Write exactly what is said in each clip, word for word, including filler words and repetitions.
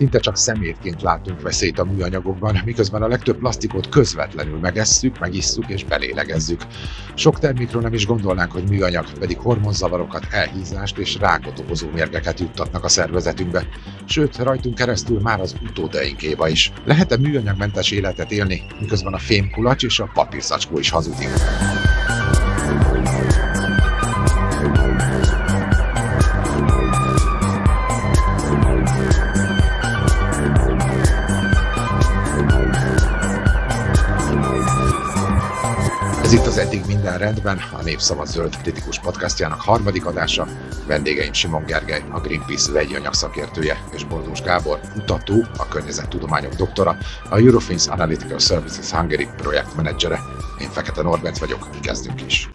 Szinte csak szemétként látunk veszélyt a műanyagokban, miközben a legtöbb plasztikot közvetlenül megesszük, megisszuk és belélegezzük. Sok termékről nem is gondolnánk, hogy műanyag, pedig hormonzavarokat, elhízást és rákot okozó mérgeket juttatnak a szervezetünkbe. Sőt, rajtunk keresztül már az utódainkéba is. Lehet-e műanyagmentes életet élni, miközben a fémkulacs és a papírzacskó is hazudik? Ez itt az Eddig minden rendben, a Népszava zöld kritikus podcastjának harmadik adása. Vendégeim Simon Gergely, a Greenpeace vegyi anyag szakértője, és Boldós Gábor, kutató, a környezettudományok doktora, a Eurofins Analytical Services Hungary projektmenedzsere. Én Fekete Norbert vagyok, kezdjünk is.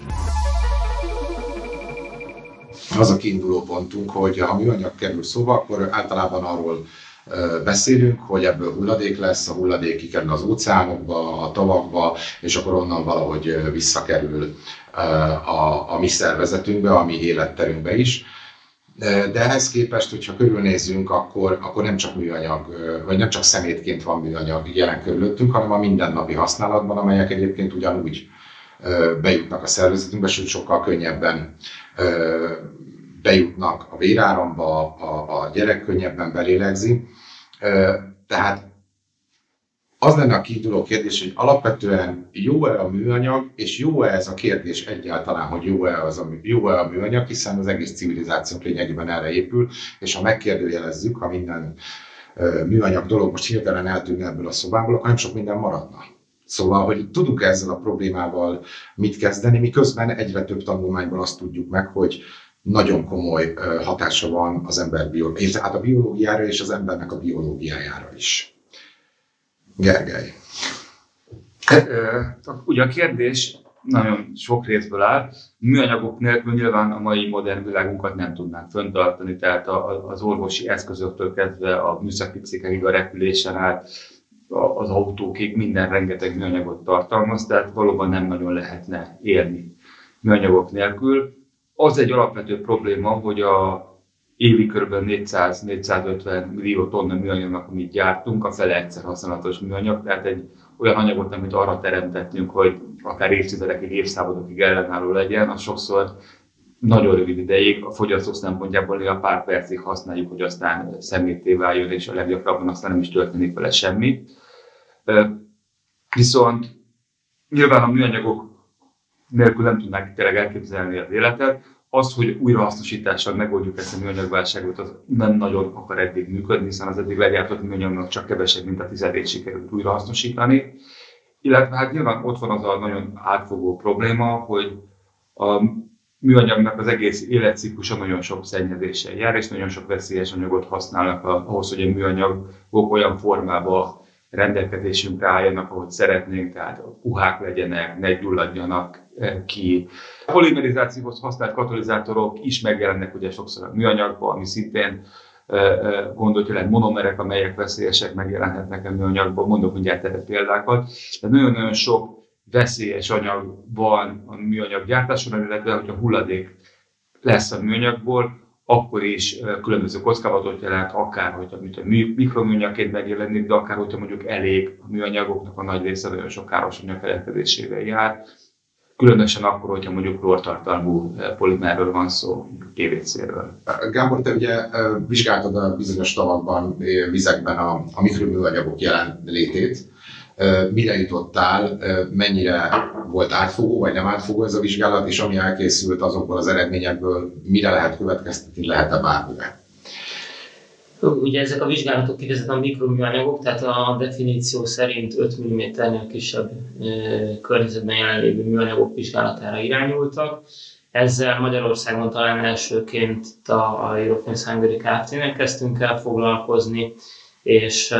Az a kiinduló pontunk, hogy ha műanyag kerül szóba, akkor általában arról beszélünk, hogy ebből hulladék lesz, a hulladék kikerül az óceánokba, a tavakba, és akkor onnan valahogy visszakerül a, a mi szervezetünkbe, a mi életterünkbe is. De ehhez képest, hogyha körülnézzünk, akkor, akkor nem csak műanyag, vagy nem csak szemétként van műanyag jelen körülöttünk, hanem a mindennapi használatban, amelyek egyébként ugyanúgy bejutnak a szervezetünkbe, sőt sokkal könnyebben bejutnak a véráramba, a, a gyerek könnyebben belélegzi. Tehát az lenne a kiinduló kérdés, hogy alapvetően jó-e a műanyag, és jó-e ez a kérdés egyáltalán, hogy jó-e, az a, jó-e a műanyag, hiszen az egész civilizációnk lényegében erre épül, és ha megkérdőjelezzük, ha minden műanyag dolog most hirtelen eltűnne ebből a szobából, akkor nem sok minden maradna. Szóval, hogy tudunk ezzel a problémával mit kezdeni, miközben egyre több tanulmányban azt tudjuk meg, hogy nagyon komoly hatása van az ember biológiájára, tehát a biológiára és az embernek a biológiájára is. Gergely. Hát, ugye a kérdés nagyon sok részből áll. Műanyagok nélkül nyilván a mai modern világunkat nem tudnánk fenntartani, tehát az orvosi eszközöktől kezdve a műszaki cikkekig, a repülésen át, az autókig minden rengeteg műanyagot tartalmaz, tehát valóban nem nagyon lehetne élni műanyagok nélkül. Az egy alapvető probléma, hogy a évi kb. négyszáz-négyszázötven millió tonna műanyagnak, amit gyártunk, a fele egyszer használatos műanyag, tehát egy olyan anyagot, amit arra teremtettünk, hogy akár évtizedekig, évszázadokig ellenálló legyen, az sokszor nagyon rövid ideig, a fogyasztó szempontjából a pár percig használjuk, hogy aztán szemétté váljon, és a leggyakrabban aztán nem is történik vele semmi. Viszont nyilván a műanyagok nélkül nem tudnánk tényleg elképzelni az életet. Az, hogy újrahasznosítással megoldjuk ezt a műanyagválságot, az nem nagyon akar eddig működni, hiszen az eddig legyártott műanyagnak csak kevesebb, mint a tizedét sikerült újrahasznosítani. Illetve hát nyilván ott van az a nagyon átfogó probléma, hogy a műanyagnak az egész életciklusa nagyon sok szennyezéssel jár, és nagyon sok veszélyes anyagot használnak ahhoz, hogy a műanyagok olyan formában rendelkezésünkre álljanak, ahogy szeretnénk, tehát puhák legyenek, ne gyulladjanak ki. A polimerizációhoz használt katalizátorok is megjelennek ugye sokszor a műanyagban, ami szintén gondot jelent, monomerek, amelyek veszélyesek megjelenhetnek a műanyagban, mondok mindjárt erre példákat. De nagyon-nagyon sok veszélyes anyag van a műanyag gyártáson, illetve hogyha hulladék lesz a műanyagból, akkor is különböző kockázatot jelent, akár hogyha a mikroműanyagként megjelenik, de akár hogyha mondjuk elég a műanyagoknak a nagy része nagyon sok káros anyag keletkezésével jár. Különösen akkor, hogyha mondjuk klórtartalmú polimerről van szó, pé vé céről. Gábor, te ugye vizsgáltad a bizonyos tavakban, vizekben a, a mikroműanyagok jelenlétét. Mire jutottál, mennyire volt átfogó, vagy nem átfogó ez a vizsgálat, és ami elkészült azokból az eredményekből, mire lehet következtetni, lehet-e bármire? Ugye ezek a vizsgálatok kifejezetten a mikroműanyagok, tehát a definíció szerint öt milliméternél kisebb környezetben jelenlévő műanyagok vizsgálatára irányultak. Ezzel Magyarországon talán elsőként a Eurofins Hungary Kft-nek kezdtünk el foglalkozni, és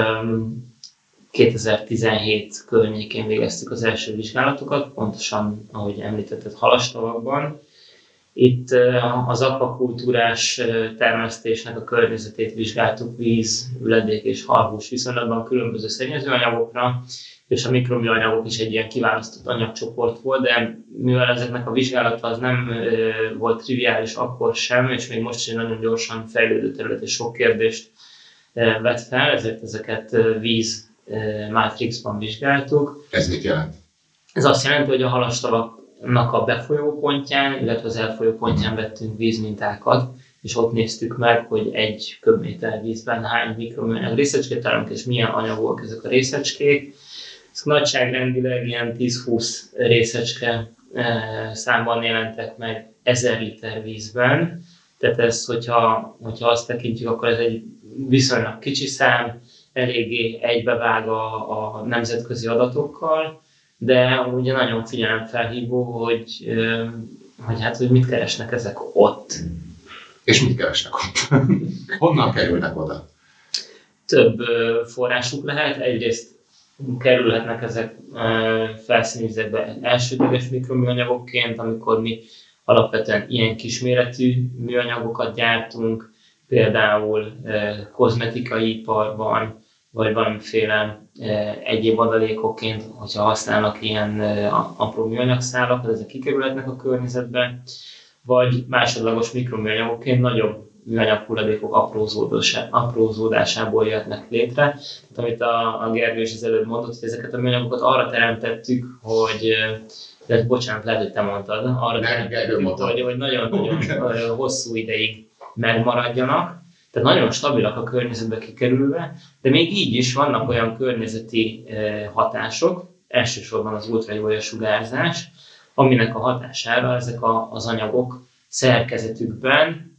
kétezer-tizenhét környékén végeztük az első vizsgálatokat, pontosan, ahogy említetted, halastavakban. Itt az akvakultúrás termesztésnek a környezetét vizsgáltuk víz, üledék és halhús viszonylatban különböző szennyezőanyagokra, és a mikroműanyagok is egy ilyen kiválasztott anyagcsoport volt, de mivel ezeknek a vizsgálata az nem volt triviális akkor sem, és még most is nagyon gyorsan fejlődő terület és sok kérdést vett fel, ezért ezeket víz mátrixban vizsgáltuk. Ez mit jelent? Ez azt jelenti, hogy a halastavaknak a befolyópontján, illetve az elfolyópontján vettünk vízmintákat, és ott néztük meg, hogy egy köbméter vízben hány mikroműanyag részecskét találunk, és milyen anyagok ezek a részecskék. Ezek nagyságrendileg ilyen tíz-húsz részecske számban jelentek meg ezer liter vízben. Tehát ez, hogyha, hogyha azt tekintjük, akkor ez egy viszonylag kicsi szám, eléggé egybevág a, a nemzetközi adatokkal, de ugye nagyon figyelemfelhívó, hogy, hogy, hát, hogy mit keresnek ezek ott. És mit keresnek ott? Honnan kerülnek oda? Több forrásuk lehet. Egyrészt kerülhetnek ezek felszínvizekbe elsődleges mikroműanyagokként, amikor mi alapvetően ilyen kisméretű műanyagokat gyártunk, például kozmetikai iparban, vagy valamiféle egyéb adalékokként, hogyha használnak ilyen apró műanyagszálakat, ezek kikerülhetnek a környezetbe, vagy másodlagos mikroműanyagokként nagyobb műanyag-hulladékok aprózódásából jöhetnek létre. Tehát, amit a, a Gergő is az előbb mondott, hogy ezeket a műanyagokat arra teremtettük, hogy, de bocsánat, lehet, hogy te mondtad, arra Nem, teremtettük, hogy, hogy nagyon-nagyon hosszú ideig megmaradjanak, tehát nagyon stabilak a környezetbe kikerülve, de még így is vannak olyan környezeti hatások, elsősorban az ultraviolet sugárzás, aminek a hatására ezek a, az anyagok szerkezetükben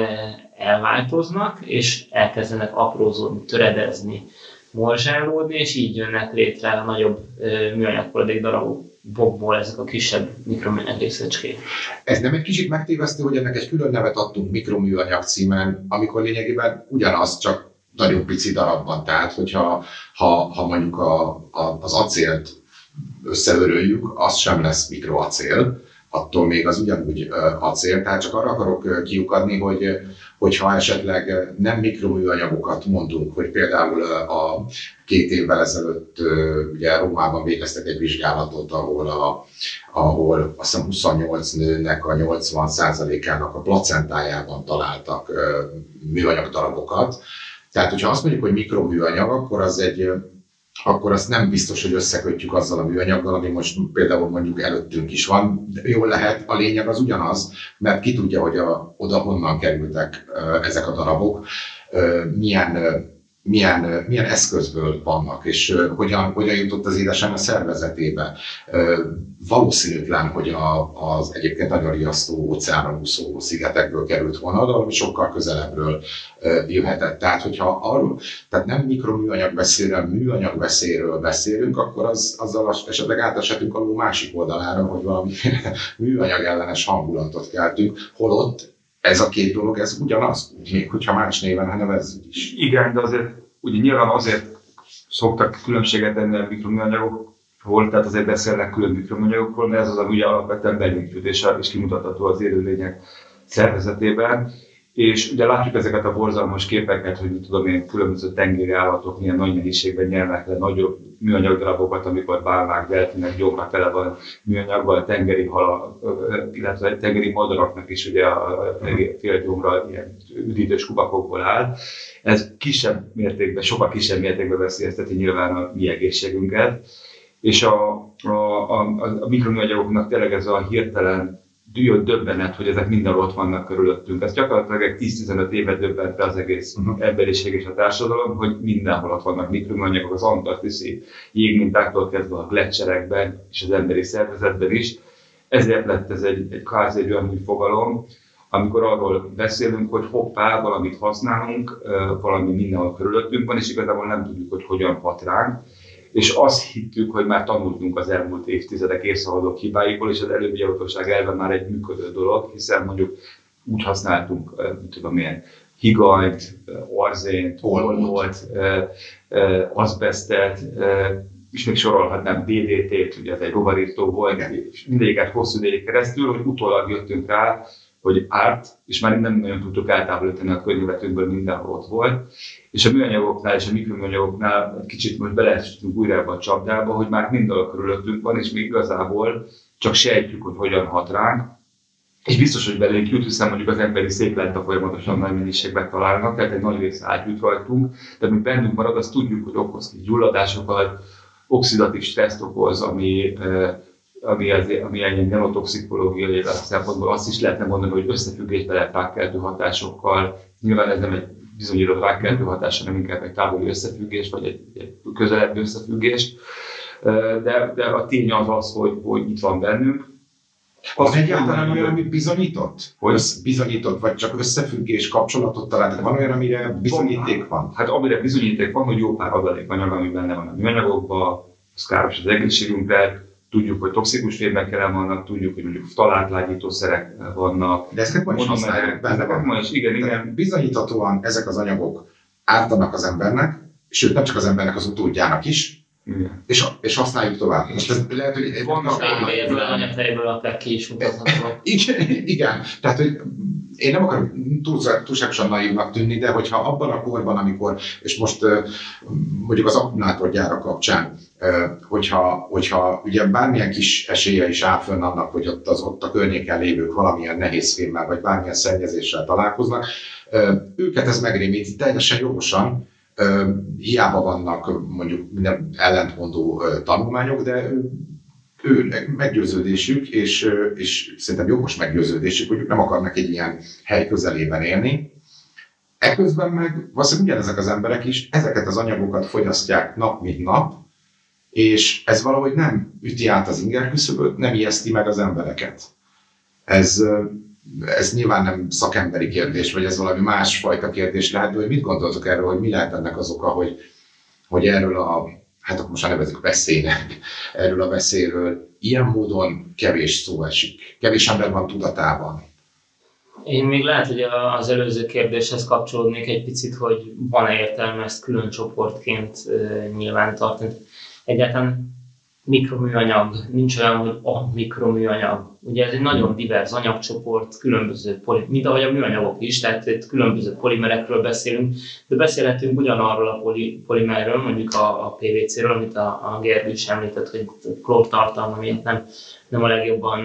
elváltoznak, és elkezdenek aprózódni, töredezni, morzsálódni, és így jönnek létre a nagyobb műanyaghulladék darabokból ezek a kisebb mikroműanyag részecskék. Ez nem egy kicsit megtévesztő, hogy ennek egy külön nevet adtunk mikroműanyag címen, amikor lényegében ugyanaz, csak nagyon pici darabban. Tehát, hogyha ha, ha mondjuk a, a, az acélt összeöröljük, az sem lesz mikroacél, attól még az ugyanúgy acél, tehát csak arra akarok kiukadni, hogy hogyha esetleg nem mikroműanyagokat mondunk, hogy például a két évvel ezelőtt ugye Rómában végeztek egy vizsgálatot, ahol, a, ahol azt hiszem huszonnyolc nőnek a nyolcvan százalékának a placentájában találtak műanyag darabokat. Tehát, hogyha azt mondjuk, hogy mikroműanyag, akkor az egy akkor azt nem biztos, hogy összekötjük azzal a műanyaggal, ami most például mondjuk előttünk is van. De jól lehet, a lényeg az ugyanaz, mert ki tudja, hogy a, oda honnan kerültek uh, ezek a darabok, uh, milyen, uh, milyen, uh, milyen eszközből vannak, és uh, hogyan, hogyan jutott az édesanyja szervezetébe. Uh, valószínűtlen, hogy a, az egyébként nagyon riasztó óceánon úszó szigetekből került volna, de valami sokkal közelebbről uh, jöhetett. Tehát, hogyha arról, tehát nem mikroműanyag veszélyről, műanyag veszélyről beszélünk, akkor az, azzal esetleg átesetünk a ló másik oldalára, hogy valami műanyag ellenes hangulatot keltünk, holott ez a két dolog, ez ugyanaz, még hogyha más néven nevezzük is. Igen, de azért ugye nyilván azért szoktak különbséget tenni a mikroműanyagokról, tehát azért beszélnek külön mikroműanyagokról, mert ez az, ami ugye alapvetően benyomatjutással is kimutatható az élőlények szervezetében. És ugye látjuk ezeket a borzalmas képeket, hogy mit tudom én, különböző tengeri állatok milyen nagy nehézségben nyelnek le nagyobb műanyagdarabokat, amikor bálnák, delfinek gyomra tele van műanyaggal, a tengeri hala, illetve a tengeri madaraknak is ugye a félgyomra ilyen üdítős kubakokból áll. Ez kisebb mértékben, sokkal kisebb mértékben veszélyezteti nyilván a mi egészségünket. És a, a, a, a mikroműanyagoknak tényleg ez a hirtelen jött döbbenet, hogy ezek mindenhol ott vannak körülöttünk. Ez gyakorlatilag egy tíz-tizenöt évet döbbent be az egész uh-huh. emberiség és a társadalom, hogy mindenhol ott vannak mikroműanyagok, az antarktiszi jégmintáktól kezdve a gleccserekben és az emberi szervezetben is. Ezért lett ez egy, egy kvázi egy olyan új fogalom, amikor arról beszélünk, hogy hoppá, valamit használunk, valami mindenhol körülöttünk van, és igazából nem tudjuk, hogy hogyan hat ránk. És azt hittük, hogy már tanultunk az elmúlt évtizedek évszázadok hibáiból, és az elővigyázatosság elve már egy működő dolog, hiszen mondjuk úgy használtunk, nem tudom milyen, higanyt, arzént, oldalt, azbesztet, és még sorolhatnám dé dé té-t, ugye ez egy rovarírtó volt, és mindegyiket hosszú ideig keresztül, hogy utólag jöttünk rá, hogy árt, és már nem nagyon tudtuk eltávolítani a környezetünkből, mindenhol ott volt. És a műanyagoknál és a mikroműanyagoknál egy kicsit most beleestünk újra ebbe a csapdába, hogy már mindenhol körülöttünk van, és mi igazából csak sejtjük, hogy hogyan hat ránk. és biztos, hogy belénk jut, hiszen mondjuk az emberi széklelte folyamatosan nagy mennyiségben találnak, tehát egy nagy része átjut rajtunk, de ami bennünk marad, azt tudjuk, hogy okoz ki gyulladásokat, oxidatív stresszt okoz, ami, ami, azért, ami egy genotoxikológiai szempontból azt is lehetne mondani, hogy összefüggésbe lehet rákkeltő hatásokkal. Nyilván ez nem egy bizonyított rákkeltő hatás, hanem inkább egy távoli összefüggés, vagy egy, egy közelebbi összefüggés. De, de a tény az az, hogy, hogy itt van bennünk. Az egyáltalán olyan, ami bizonyított? Hogy? Össz, bizonyított, vagy csak összefüggés, kapcsolatot találtak? Van olyan, amire bizonyíték van? Hát amire bizonyíték van, hogy jó pár adalékanyag, ami benne van a műanyagokban, az káros az egészségünkre, tudjuk, hogy toxikus fémekkel vannak, tudjuk, hogy mondjuk talátlágyítószerek vannak. De ezeket ma is használják benne van. Ma is, igen, igen. Bizonyíthatóan ezek az anyagok ártanak az embernek, sőt nem csak az embernek, az utódjának is, igen. És, és használjuk tovább. Most ez lehet, hogy... Vannak ebből az anyagteréből akár ki is mutatható. Igen, igen, tehát hogy én nem akarok túlságosan naívnak tűnni, de hogyha abban a korban, amikor, és most mondjuk az akkumulátorgyára kapcsán, hogyha, hogyha ugye bármilyen kis esélye is áll fönn annak, hogy ott, az, ott a környéken lévők valamilyen nehéz fémmel, vagy bármilyen szennyezéssel találkoznak, őket ez megrémíti teljesen jogosan. Hiába vannak mondjuk minden ellentmondó tanulmányok, de ő meggyőződésük, és, és szerintem jogos meggyőződésük, hogy ők nem akarnak egy ilyen hely közelében élni. Eközben meg valószínűleg ugyanezek az emberek is ezeket az anyagokat fogyasztják nap mint nap, és ez valahogy nem üti át az ingerküszöböt, nem ijeszti meg az embereket. Ez, ez nyilván nem szakemberi kérdés, vagy ez valami másfajta kérdés lehet, de hogy mit gondoltok erről, hogy mi lehet ennek az oka, hogy, hogy erről a, hát akkor most nevezzük veszélynek, erről a veszélyről ilyen módon kevés szó esik, kevés ember van tudatában. Én még lehet, hogy az előző kérdéshez kapcsolódnék egy picit, hogy van-e értelme ezt külön csoportként nyilván tartani. Egyáltalán mikroműanyag, nincs olyan, hogy a mikroműanyag. Ugye ez egy nagyon divers anyagcsoport, különböző, poli, mint ahogy a műanyagok is, tehát itt különböző polimerekről beszélünk, de beszélhetünk ugyanarról a poli, polimerről, mondjuk a, a pé vé cé-ről, amit a, a Gergő is említett, hogy klórtartalma miatt nem, nem a legjobban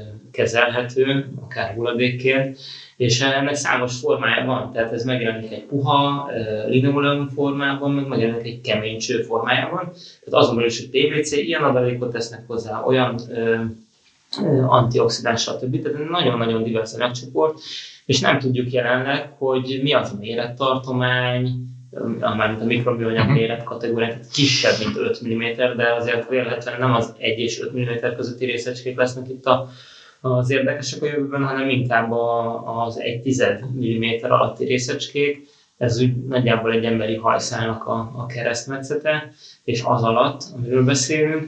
kezelhető, akár hulladékként, és ennek számos formája van, tehát ez megjelenik egy puha, linoleum formában, meg megjelenik egy kemény cső formájában. Tehát azon belül is, hogy pé vé cé, ilyen adalékot tesznek hozzá, olyan ö, ö, antioxidáns, stb. Tehát nagyon-nagyon divers anyagcsoport, és nem tudjuk jelenleg, hogy mi az a mérettartomány, mármint a mikroműanyag méretkategóriák, tehát kisebb, mint öt milliméter, de azért vélhetően nem az egy és öt milliméter közötti részecskék lesznek itt a az érdekesek a jövőben, hanem inkább a, az egy tized milliméter alatti részecskék. Ez úgy nagyjából egy emberi hajszálnak a, a keresztmetszete, és az alatt, amiről beszélünk.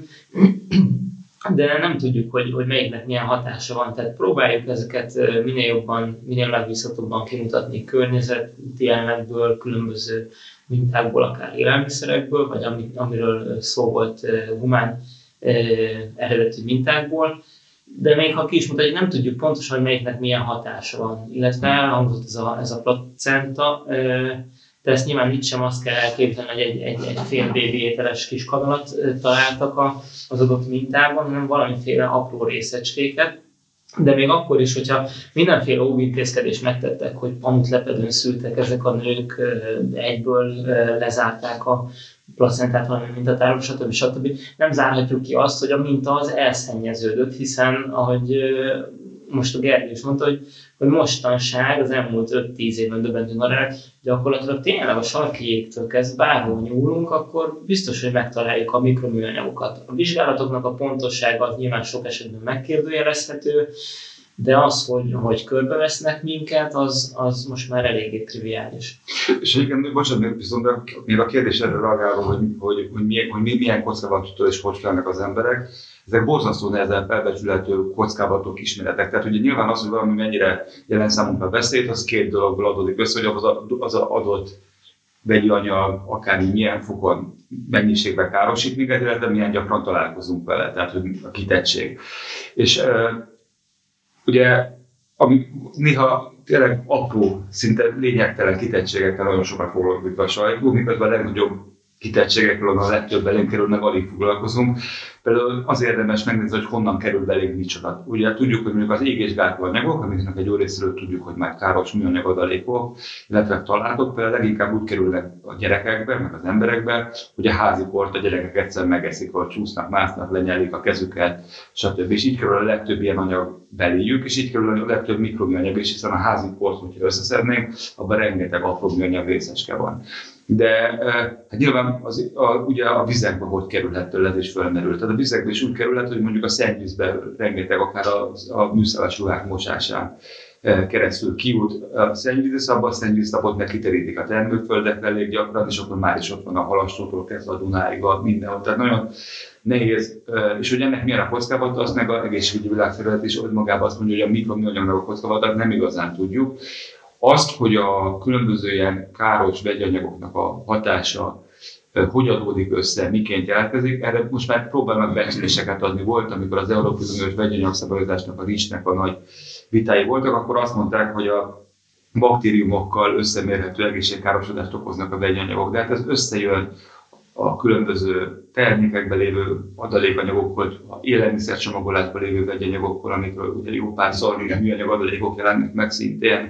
De nem tudjuk, hogy, hogy melyiknek milyen hatása van, tehát próbáljuk ezeket minél jobban, minél megbízhatóbban kimutatni környezeti elemekből, különböző mintákból, akár élelmiszerekből, vagy ami, amiről szó volt humán eredetű mintákból. De még ha ki is mutatjuk, nem tudjuk pontosan, hogy melyiknek milyen hatása van, illetve elhangzott ez a, ez a placenta, de ezt nyilván itt sem azt kell elképzelni, hogy egy, egy, egy fél bébi ételes kis kanalat találtak a, az adott mintában, hanem valamiféle apró részecskéket. De még akkor is, hogyha mindenféle óvintézkedést megtettek, hogy pamutlepedőn szültek ezek a nők, egyből lezárták a placentát valami mintatáról, stb. stb. Nem zárhatjuk ki azt, hogy a minta az elszennyeződött, hiszen ahogy most a Gergő is mondta, hogy, hogy mostanság, az elmúlt öt-tíz évben döbbentő narrák, gyakorlatilag tényleg a sarki jégtől kezdve bárhol nyúlunk, akkor biztos, hogy megtaláljuk a mikroműanyagokat. A vizsgálatoknak a pontossága az nyilván sok esetben megkérdőjelezhető, de az, hogy, hogy körbevesznek minket, az, az most már eléggé triviális. És egyébként, bocsánat, viszont még a kérdés erre reagálva, hogy, hogy, hogy, milyen, hogy milyen kockázatoktól és hogy felnek az emberek, ezek borzasztó nehezen felbecsülhető kockázatok, ismeretek. Tehát ugye nyilván az, hogy valami mennyire jelent számunkra veszélyt, az két dologból adódik össze, hogy az, az adott vegyi anyag akár milyen fokon, mennyiségben károsít minket, illetve milyen gyakran találkozunk vele, tehát hogy a kitettség. És ugye, ami néha tényleg apró, szinte lényegtelen kitettségekkel nagyon sokat foglalkozik a sajtó, miközben a legnagyobb kitettségekről a legtöbb belénk kerül, meg alig foglalkozunk. Például az érdemes megnézni, hogy honnan kerül belénk micsoda. Ugye tudjuk, hogy mondjuk az égésgátló anyagok, amiknek egy jó részéről tudjuk, hogy már káros műanyag adalékok, illetve találatok például leginkább úgy kerülnek a gyerekekbe, meg az emberekbe, hogy a házi port a gyerekek egyszer megeszik, vagy csúsznak, másznak, lenyelik a kezüket, stb. És így kerül a legtöbb ilyen anyag beléjük, és így kerül a legtöbb mikroműanyag is, hiszen a házi port, hogyha összeszednénk, abban rengeteg apró műanyag részecske van. De hát nyilván az, a, ugye a vizekbe hogy kerülhet tőle, ez is felmerül. Tehát a vizekbe is úgy kerülhet, hogy mondjuk a szennyvízbe rengeteg, akár a, a műszalas ruhák mosásán keresztül kijut a szennyvíz, abban a szennyvíztapot meg kiterítik a termőföldekre elég gyakran, és akkor már is ott van a Halastótól kezdve a Dunáig, mindenhol. Tehát nagyon nehéz, és hogy ennek milyen a kockázat, azt meg az egészségügyi világszervezet is hogy magában azt mondja, hogy a mikroműanyagnak a kockázatot nem igazán tudjuk. Azt, hogy a különböző ilyen káros vegyanyagoknak a hatása hogy adódik össze, miként jelentkezik, erre most már próbálnak becsléseket adni. Volt, amikor az Európai Uniós vegyanyagszabályozásnak, a REACH-nek a nagy vitái voltak, akkor azt mondták, hogy a baktériumokkal összemérhető egészségkárosodást okoznak a vegyanyagok. De hát ez összejön a különböző termékekben lévő adalékanyagokkal, a élelmiszercsomagolásban lévő vegyanyagokkal, amikről ugye jó pár szor műanyag adalékok jelennek meg szintén,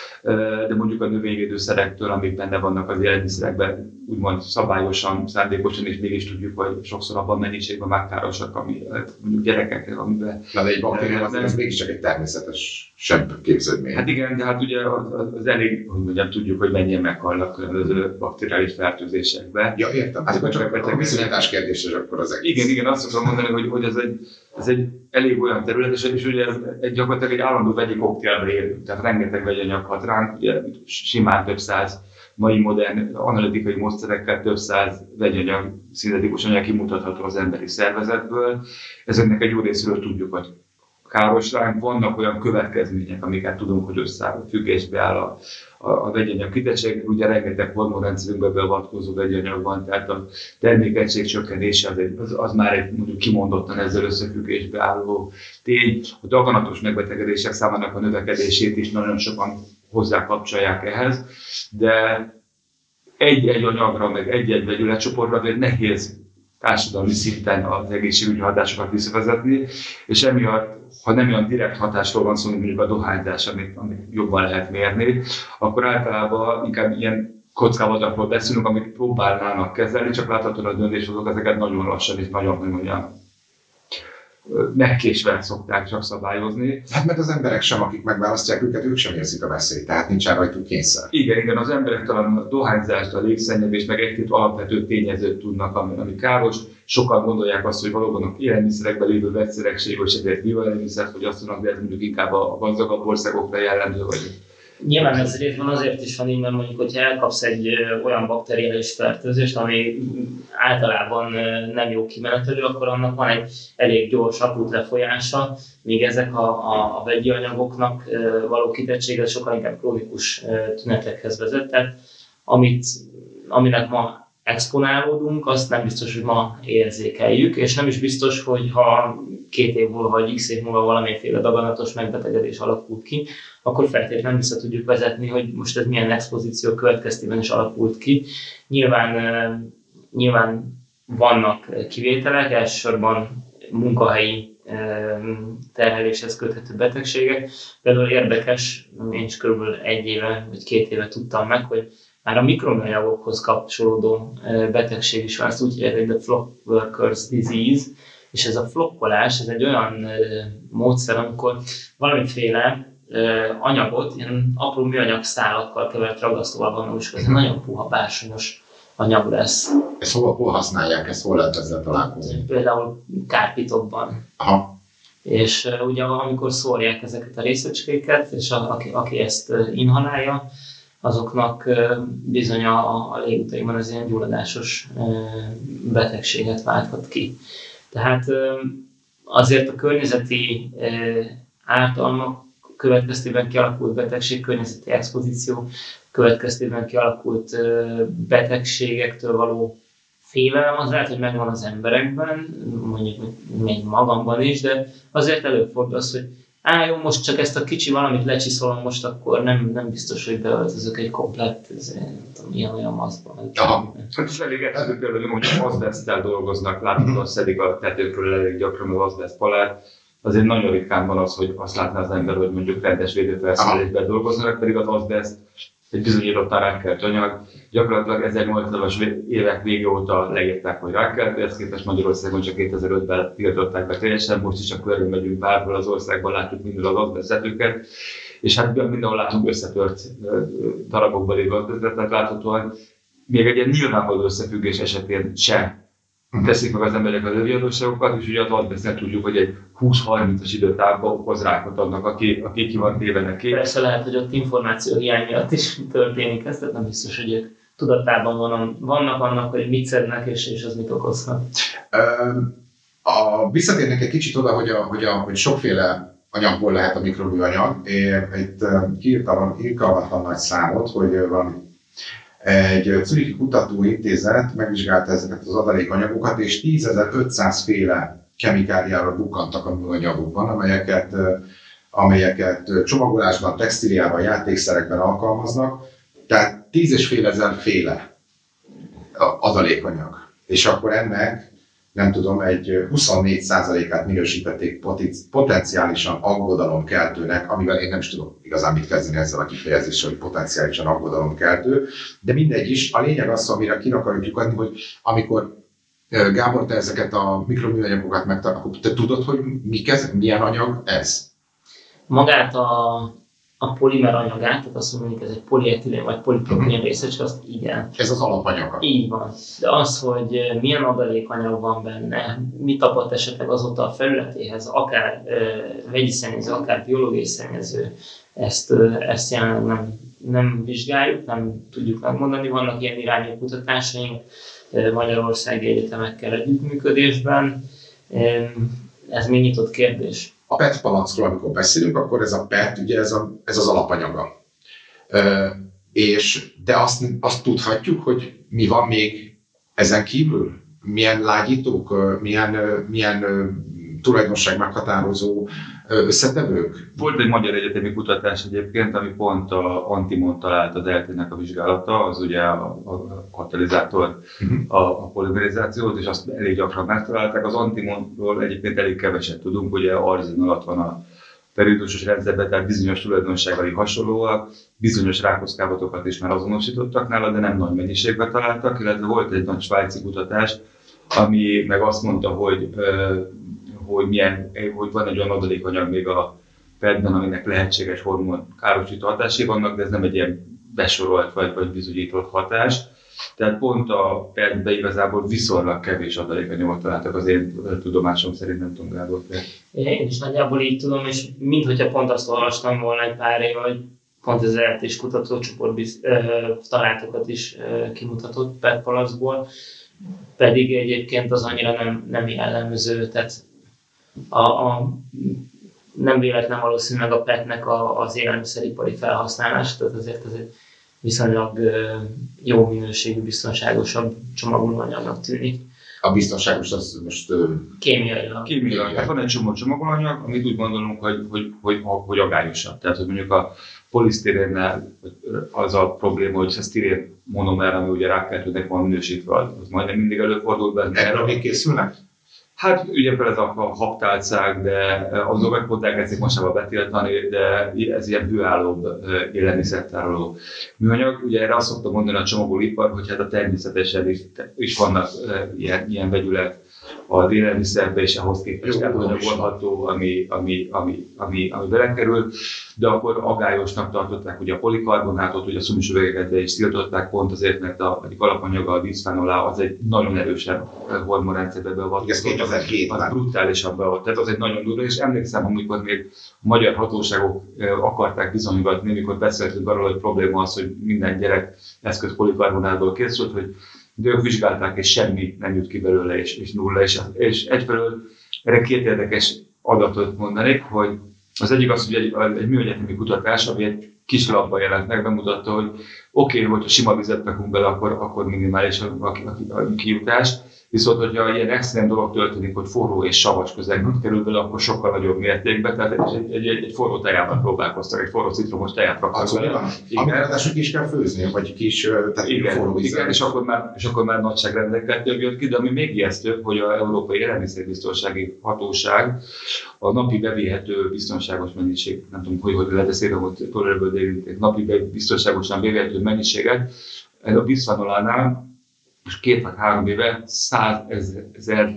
de mondjuk a növényvédőszerektől, amik benne vannak az élelmiszerekben, úgymond szabályosan, szándékosan, és mégis tudjuk, hogy sokszor abban mennyiségben már károsak, ami mondjuk gyerekekre, amiben... Na de egy baktérium az, az mégiscsak egy természetes sebb képződmény. Hát igen, de hát ugye az, az elég, hogy mondjam, tudjuk, hogy mennyien meghalnak különböző bakteriális fertőzésekbe. Ja, értem. Hát akkor csak a viszonyítás kérdéses akkor az egész. Igen, igen, azt akarom mondani, hogy, hogy ez, egy, ez egy elég olyan terület, és, és ugye ez egy, gyakorlatilag egy állandó vegyi koktélben élünk, tehát rengeteg vegyanyag hat ránk, ugye simán több száz mai modern analitikai módszerekkel több száz vegyanyag, szintetikus anyag kimutatható az emberi szervezetből. Ezeknek egy jó részéről tudjuk, hogy káros ránk. Vannak olyan következmények, amiket tudunk, hogy összefüggésbe áll a, a, a vegyanyag kitettség. Ugye rengeteg hormonrendszerünkbe beavatkozó vegyanyag van, tehát a termékenység csökkenése az, egy, az, az már egy mondjuk kimondottan ezzel összefüggésbe álló tény. A daganatos megbetegedések számának a növekedését is nagyon sokan hozzá kapcsolják ehhez, de egy-egy anyagra, meg egy-egy vegyületcsoportra azért nehéz társadalmi szinten az egészségügyi hatásokat visszavezetni, és emiatt, ha nem olyan direkt hatásról van szó, mint mondjuk a dohányzás, amit, amit jobban lehet mérni, akkor általában inkább ilyen kockávatokról beszélünk, amit próbálnának kezelni, csak láthatóan a döntéshozók ezeket nagyon lassan és nagyon, hogy mondjam, megkésve szokták csak szabályozni. Hát mert az emberek sem, akik megválasztják őket, ők sem érzik a veszélyt, tehát nincsen rajtuk kényszer. Igen, igen, az emberek talán a dohányzást, a légszennyezést, meg egy-két alapvető tényezőt tudnak, ami, ami káros. Sokan gondolják azt, hogy valóban a élelmiszerekben lévő vegyszeregség, és ezért bioélelmiszert fogyasztanak, de ez mondjuk inkább a gazdagabb országokra jellemző, vagy Nyilván ez részben azért is van így, mert mondjuk, hogyha elkapsz egy olyan bakteriális fertőzést, ami általában nem jó kimenetelő, akkor annak van egy elég gyors, akut lefolyása, míg ezek a, a, a vegyi anyagoknak való kitettsége sokkal inkább krónikus tünetekhez vezet. Tehát amit, aminek ma exponálódunk, azt nem biztos, hogy ma érzékeljük, és nem is biztos, hogy ha két év múlva vagy x év múlva valamiféle daganatos megbetegedés alakult ki, akkor feltétlenül vissza tudjuk vezetni, hogy most ez milyen expozíció következtében is alakult ki. Nyilván, nyilván vannak kivételek, elsősorban munkahelyi terheléshez köthető betegségek. Például érdekes, én is körülbelül egy éve vagy két éve tudtam meg, hogy már a mikroműanyagokhoz kapcsolódó betegség is van, ezt úgy hívják, hogy the flockworkers disease, és ez a flokkolás, ez egy olyan módszer, amikor valamiféle anyagot, ilyen apró műanyag szálakkal kevert ragasztóval van, és ez nagyon puha, bársonyos anyag lesz. Ezt hol, hol használják, ezt hol lehet ezzel találkozni? Például kárpitokban. Aha. És uh, ugye amikor szórják ezeket a részecskéket, és a, aki, aki ezt uh, inhalálja, azoknak uh, bizony a, a légutaiban az ilyen gyulladásos uh, betegséget válthat ki. Tehát uh, azért a környezeti uh, ártalmak következtében kialakult betegség, környezeti expozíció következtében kialakult uh, betegségektől való félelem, az lehet, hogy megvan az emberekben, mondjuk még magamban is, de azért előfordul az, hogy á, jó, most csak ezt a kicsi valamit lecsiszolom, most akkor nem, nem biztos, hogy beöltözök egy komplett, ez, nem tudom, ilyen-olyan maszkba. Hát ez elég egyszerű, például, hogy azbeszttel dolgoznak, látod, azt szedik a tetőkről elég gyakran az azbeszt palát. Azért nagyon ritkán van az, hogy azt látná az ember, hogy mondjuk rendes védőfelszerelésben dolgoznak, pedig az azbeszt egy bizonyítottan rákkelt anyag. Gyakorlatilag ezernyolcvanas évek vége óta leírták, hogy rákkeltő, ezt képest Magyarországon csak kétezer-ötben tiltották be teljesen, most is csak körül megyünk bárhol az országban, látjuk minden az azbesztetőket, és hát mindenhol látunk összetört darabokban lévő azbesztet, láthatóan még egy ilyen nyilvánvaló összefüggés esetén sem teszik meg az emberek a lövőadóságokat, és ugye az azbesztet tudjuk, hogy egy húsz-harmincas időtávban okoz rákot annak, aki, aki ki van téve neki. Persze lehet, hogy ott információ hiány miatt is történik ez, tehát nem biztos, hogy ők tudatában van, vannak annak, hogy mit szednek, és, és az mit okozhat. A, visszatérnek egy kicsit oda, hogy, a, hogy, a, hogy sokféle anyagból lehet a mikroműanyag. Én itt kiírtam irgalmatlan nagy számot, hogy van egy Zürichi Kutatóintézet megvizsgálta ezeket az adalékanyagokat, és tízezer-ötszáz féle kemikáliára bukkantak a műanyagokban, amelyeket, amelyeket csomagolásban, textíliában, játékszerekben alkalmaznak. Tehát tízezrétezer féle adalékanyag. És akkor ennek, nem tudom, egy huszonnégy százalékát minősítették potenciálisan aggodalomkeltőnek, amivel én nem is tudom igazán mit kezdeni ezzel a kifejezéssel, hogy potenciálisan aggodalomkeltő. De mindegy is, a lényeg az, amire ki akarjuk lyukadni, hogy amikor Gábor, te ezeket a mikroműanyagokat megtalálod, akkor te tudod, hogy mik ez, milyen anyag ez? Magát a, a polimer anyagát, tehát azt mondjuk, ez egy polietilén vagy polipropilén részecske, azt igen. Ez az alapanyaga. Így van. De az, hogy milyen adalékanyag van benne, mit tapadt esetleg azóta a felületéhez, akár e, vegyi szennyező, akár biológiai szennyező, ezt, ezt jelenleg nem, nem vizsgáljuk, nem tudjuk megmondani. Vannak ilyen irányú kutatásaink magyarországi egyetemekkel együttműködésben. Ez még nyitott kérdés. A pé é té palackról, amikor beszélünk, akkor ez a pé é té, ugye ez, a, ez az alapanyaga. Ö, és, de azt, azt tudhatjuk, hogy mi van még ezen kívül? Milyen lágyítók, milyen, milyen tulajdonság meghatározó összetevők? Volt egy magyar egyetemi kutatás egyébként, ami pont a antimon talált az é té-nek a vizsgálata, az ugye a, a katalizátor, uh-huh. a, a polimerizációt, és azt elég gyakran megtalálták. Az antimonról egyébként elég keveset tudunk, ugye arzén alatt van a periódusos rendszerben, tehát bizonyos tulajdonságai hasonlóak, bizonyos rákockávatokat is már azonosítottak nála, de nem nagy mennyiségben találtak, illetve volt egy nagy svájci kutatás, ami meg azt mondta, hogy hogy, milyen, hogy van egy olyan adalékanyag még a pé é té-ben, aminek lehetséges hormon károsító hatásai vannak, de ez nem egy ilyen besorolt vagy, vagy bizonyított hatás. Tehát pont a pé é té-ben igazából viszonylag kevés adalékanyagot találtak, az én tudomásom szerint, nem tudom, Gábor. Én is nagyjából így tudom, és minthogyha pont azt olvastam volna egy pár év, hogy pont az é té-s kutatócsoport biz, ö, talátokat is ö, kimutatott pé é té palackból, pedig egyébként az annyira nem, nem jellemző, tehát A, a, nem véletlen valószínűleg a pé é té-nek a, az élelmiszeripari felhasználása, tehát azért ez egy viszonylag jó minőségű, biztonságosabb csomagolóanyagnak tűnik. A biztonságos az most... Kémiai. Kémiai. Hát van egy csomó csomagolóanyag, amit úgy gondolunk, hogy, hogy, hogy, hogy agályosabb. Tehát, hogy mondjuk a polisztirénnel az a probléma, hogy a sztirén monomer, ami ugye rákkeltőnek van minősítve, az majdnem mindig előfordul benne. Erről még készülnek? Hát ugye például ez a habtálcák, de azokat pont elkezdik mostában betiltani, de ez ilyen hőállóbb élelmiszertároló műanyag. Ugye erre azt szoktam mondani a csomagolóipar, hogy hát a természetesen is, is vannak ilyen, ilyen vegyület az élelmiszerbe, és ahhoz képest elhanyagolható, ami, ami, ami, ami, ami belekerül, de akkor agályosnak tartották ugye a polikarbonátot, ugye a szumisüvegeket be is tiltották, pont azért, mert a egyik alapanyaga, a bisphenol A, az egy nagyon erősen hormonrendszerbe beavatkozott. Ez kétezer-hétben. Az brutálisan beavatkozott, tehát az egy nagyon durva, és emlékszem, amikor még a magyar hatóságok akarták bizonygatni, mikor beszéltünk arról, hogy probléma az, hogy minden gyerek eszköz polikarbonátból készült, hogy de ők vizsgálták, és semmi nem jut ki belőle, és, és nulla. És, és egyfelől erre két érdekes adatot mondanék, hogy az egyik az, hogy egy, egy műegyetemi kutatás, ami egy kis labban jelent meg, bemutatta, hogy oké, okay, hogyha sima vizet rakunk bele, akkor, akkor minimális a, a, a, a kijutás, Viszont, hogyha ilyen extrém dolog történik, hogy forró és savas közegben kerül bele, akkor sokkal nagyobb mértékben, tehát egy, egy, egy, egy forró tejában próbálkoztak, egy forró citromos teját raktak bele. Ami ráadásul ki is kell főzni, vagy kis, tehát igen, forró vízzel. Igen, és akkor már, és akkor már nagyságrendekkel jött ki, de ami még ijesztőbb, hogy az Európai Élelmiszerbiztonsági Hatóság a napi bevihető biztonságos mennyiség, nem tudom, hogy hogy lehet ezt írni, hogy torrelből érinték, napi biztonságosan bevihető mennyiséget, ez a bisphenolánál most két vagy három éve százezer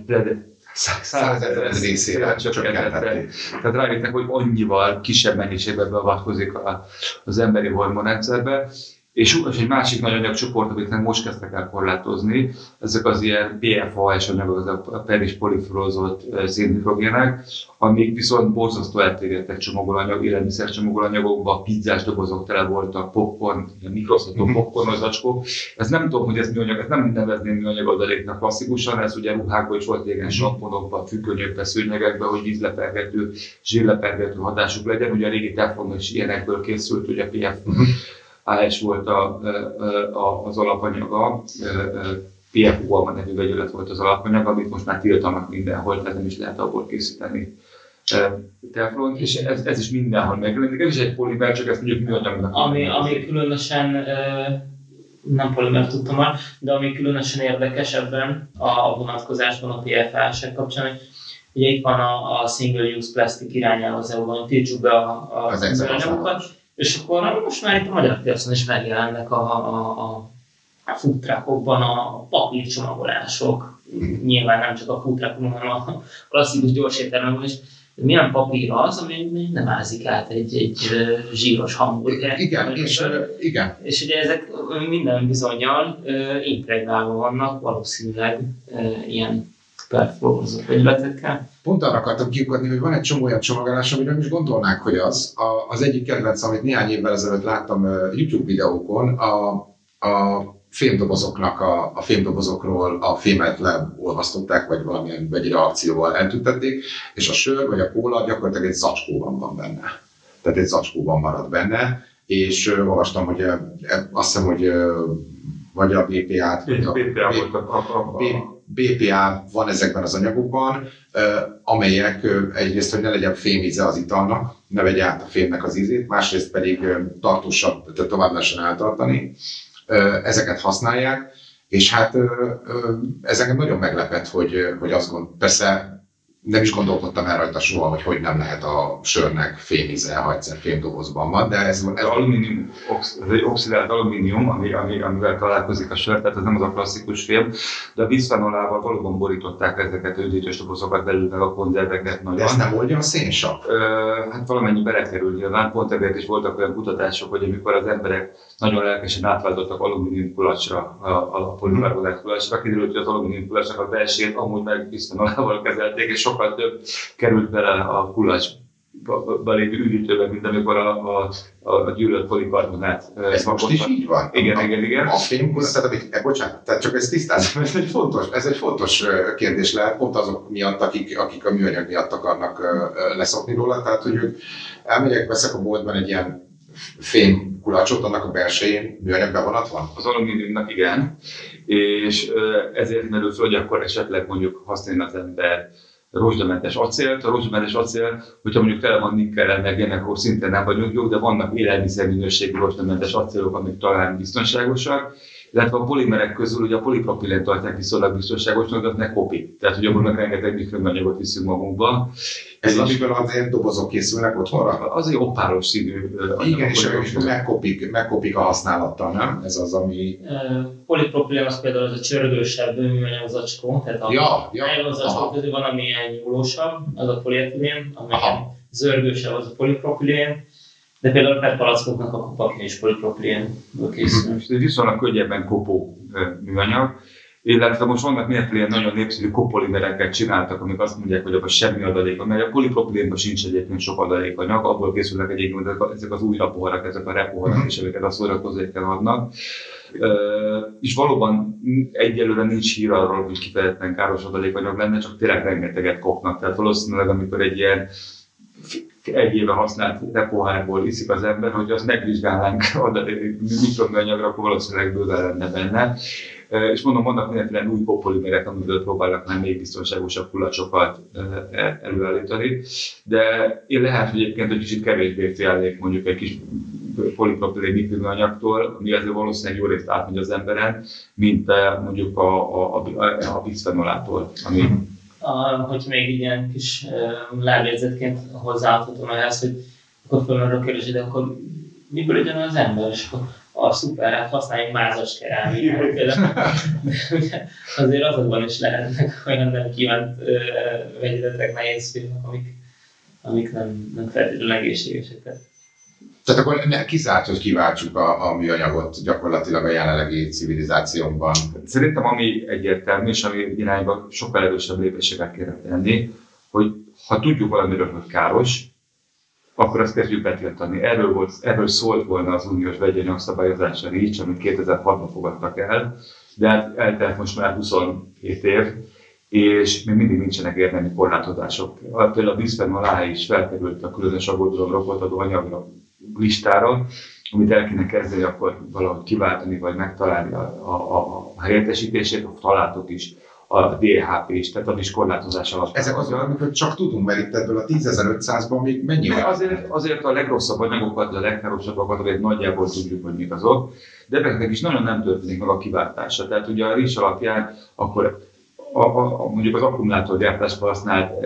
százezer részére csökkentették. Tehát rájöttek, hogy annyival kisebb mennyiségben beavatkozik az emberi hormonrendszerbe. És egy másik nagy anyagcsoport, amit most kezdtek el korlátozni, ezek az ilyen pé ef á es anyagok, az a peris polifluorozott szénhidrogének, amik viszont borzasztó elterjedtek csomagolanyag, élelmiszer csomagolanyagokban, pizzás dobozok tele voltak, popcorn, ilyen mikrosztató popcornos zacskók. Ez nem tudom, hogy ez műanyag, ez nem nevezném műanyag adaléknak klasszikusan, ez ugye ruhákban is volt régen, samponokban, függönyökben, szőnyegekben, hogy vízlepergető, zsírlepergető hatásuk legyen. Ugye a régi teflon is ilyenekből készült, ugye pé ef á es volt a, a, az alapanyaga, pé ef o á nevű vegyület volt az alapanyaga, amit most már tiltanak mindenhol, tehát nem is lehet abból készíteni teflont, és ez, ez is mindenhol megjelenik. Ez is egy polimer, csak ezt mondjuk műanyagnak. Ami, ami különösen, nem polimer tudtam már, de ami különösen érdekes ebben a vonatkozásban a pé ef á es kapcsán, hogy ugye itt van a, a single use plastic irányelv az é u-ban, hogy tiltsuk be a, a műanyagokat, és akkor most már itt a magyar piacon is megjelennek a, a, a, a food truckokban a papírcsomagolások. Nyilván nem csak a food truckokban, hanem a klasszikus gyorséttermekben is. Milyen papír az, ami nem ázik át egy, egy zsíros hamburger. Igen, és, igen. És ugye ezek minden bizonnyal impregnálva vannak, valószínűleg ilyen perfluorozott vegyületekkel. Pont arra akartam kiukadni, hogy van egy csomó olyan csomagolás, amire nem is gondolnák, hogy az. A, az egyik kedvenc, amit néhány évvel ezelőtt láttam YouTube videókon, a, a fémdobozoknak, a, a fémdobozokról a fémet leolvasztották, vagy valamilyen vegyi reakcióval eltüntették, és a sör vagy a kóla gyakorlatilag egy zacskóban van benne. Tehát egy zacskóban marad benne, és uh, olvastam, hogy uh, azt hiszem, hogy uh, vagy a bé pé á-t, vagy a bé pé á volt a, a, a, a... bé pé á van ezekben az anyagokban, amelyek egyrészt, hogy ne legyen fémíze az italnak, ne vegye át a fémnek az ízét, másrészt pedig tartósabb, tehát tovább lehessen eltartani. Ezeket használják, és hát ez engem nagyon meglepett, hogy, hogy azt gond, persze nem is gondolkodtam el rajta soha, hogy hogy nem lehet a sörnek fémíze, ha egyszer fémdobozban van, de ez... ez alumínium, ez egy oxidált alumínium, ami, ami, amivel találkozik a sör, tehát ez nem az a klasszikus fém, de a bisphenolával valóban borították ezeket a üdítős dobozokat belül, meg a konzerveket nagyon. De ez nem oldja a szénsav? Hát valamennyi belekerül nyilván, pont ezért is voltak olyan kutatások, hogy amikor az emberek nagyon lelkesen átváltottak alumínium kulacsra, a, a polimerizálás kulacsra, kiderült, hogy az alumínium kulacsnak a belsejét amúgy meg bisphenolával kezelték, és sokkal több került bele a kulacsba lévő üdítőbe, mint amikor a, a, a gyűlölt polikarbonát. Ez most is így van? Igen, a, igen, igen. A fémkulacs, tehát amit, e, bocsánat, tehát csak ezt tisztázom, ez egy fontos, ez egy fontos kérdés lehet, pont azok miatt, akik, akik a műanyag miatt akarnak leszokni róla, tehát hogy ők elmegyek, veszek a boltban egy ilyen fém kulacsot, annak a belsején műanyag bevonat van? Az alumíniumnak igen, és ezért merül fel, hogy akkor esetleg mondjuk használni az ember rozsdamentes acélt. A rozsdamentes acél, hogyha mondjuk tele van nikkelel meg ilyenek, akkor szintén nem vagyunk jók, de vannak élelmiszerminőségű rozsdamentes acélok, amik talán biztonságosak. Illetve a polimerek közül ugye a polipropilén tartják viszonylag biztonságosnak, de ne kopik. Tehát, hogy abban rengeteg mikroműanyagot viszünk magunkba. Ez amiből az ilyen dobozok készülnek otthonra? Az egy opálos színű anyag. Igen, és ők megkopik, megkopik a használattal, nem? Ez az, ami... Polipropilén az például az a csörgősebb műanyag zacskó, tehát a ja, ja, nylon zacskó közül van, ami ilyen nyúlósabb, az a polietilén, ami zörgősebb, az a polipropilén. De például a pé e té palackoknak a kupakja is polipropilén-ből készül. Ez viszonylag könnyebben kopó műanyag, illetve most vannak mindenféle nagyon népszerű kopolimereket csináltak, amik azt mondják, hogy abban semmi adalék, mert a polipropilénben sincs egyébként sok adalékanyag, abból készülnek egyébként ezek az új rapoharak, ezek a repoharak, és amiket a szórakozóéken adnak. És valóban egyelőre nincs hír arról, hogy kifejezetten káros adalékanyag lenne, csak tényleg rengeteget kopnak. Tehát valószínűleg, amikor egy ilyen egy éve használt repohárból iszik az ember, hogy azt megvizsgálnánk mikroműanyagra, akkor valószínűleg bőven lenne benne. És mondom, vannak mindenféle új popolimerek, amiből próbálnak már még biztonságosabb kulacsokat előállítani, de én lehet, hogy egyébként egy kicsit kevésbé félnék mondjuk egy kis polipropilén műanyagtól, ami azért valószínűleg jó részt átmegy az emberen, mint mondjuk a, a, a, a bisphenolától, ami... A, hogy még ilyen kis uh, lábjegyzetként hozzáadhatom ehhez, hogy akkor fölmerül a kérdés, de akkor miből legyen az ember? És akkor a szuper, hát használjunk mázas kerámikát például. De azért azokban is lehetnek olyan nem kívánt uh, vegyedetek, nehézségek, amik, amik nem, nem feltétlenül egészségesek. Tehát akkor ne, kizárt, hogy kiváltsuk a, a műanyagot gyakorlatilag a jelenlegi civilizációnkban. Szerintem ami egyértelmű, és ami irányba sokkal erősebb lépéseket kéne tenni, hogy ha tudjuk valamiről, hogy káros, akkor azt kezdjük betiltani. Erről, volt, erről szólt volna az uniós vegyi anyagszabályozás, a REACH, amit kétezer-hatban fogadtak el, de hát eltelt most már huszonhét év, és még mindig nincsenek érdemi korlátozások. Például a bisphenol A is felkerült a különös aggodalomra okot adó anyagra listára, amit el kéne kezdeni, akkor valahogy kiváltani, vagy megtalálni a, a, a helyettesítését, a találtok is, a dé há pé is, tehát az is korlátozás alatt. Ezek azok, amiket csak tudunk, mert itt ebből a tízezer-ötszázban még mennyi van? Azért, azért a legrosszabb anyagokat, a legkárosabbakat, azért nagyjából tudjuk, hogy mik azok, de ezeknek is nagyon nem történik meg a kiváltása. Tehát ugye a REACH alapján akkor A, a, a, mondjuk az akkumulátorgyártásban használt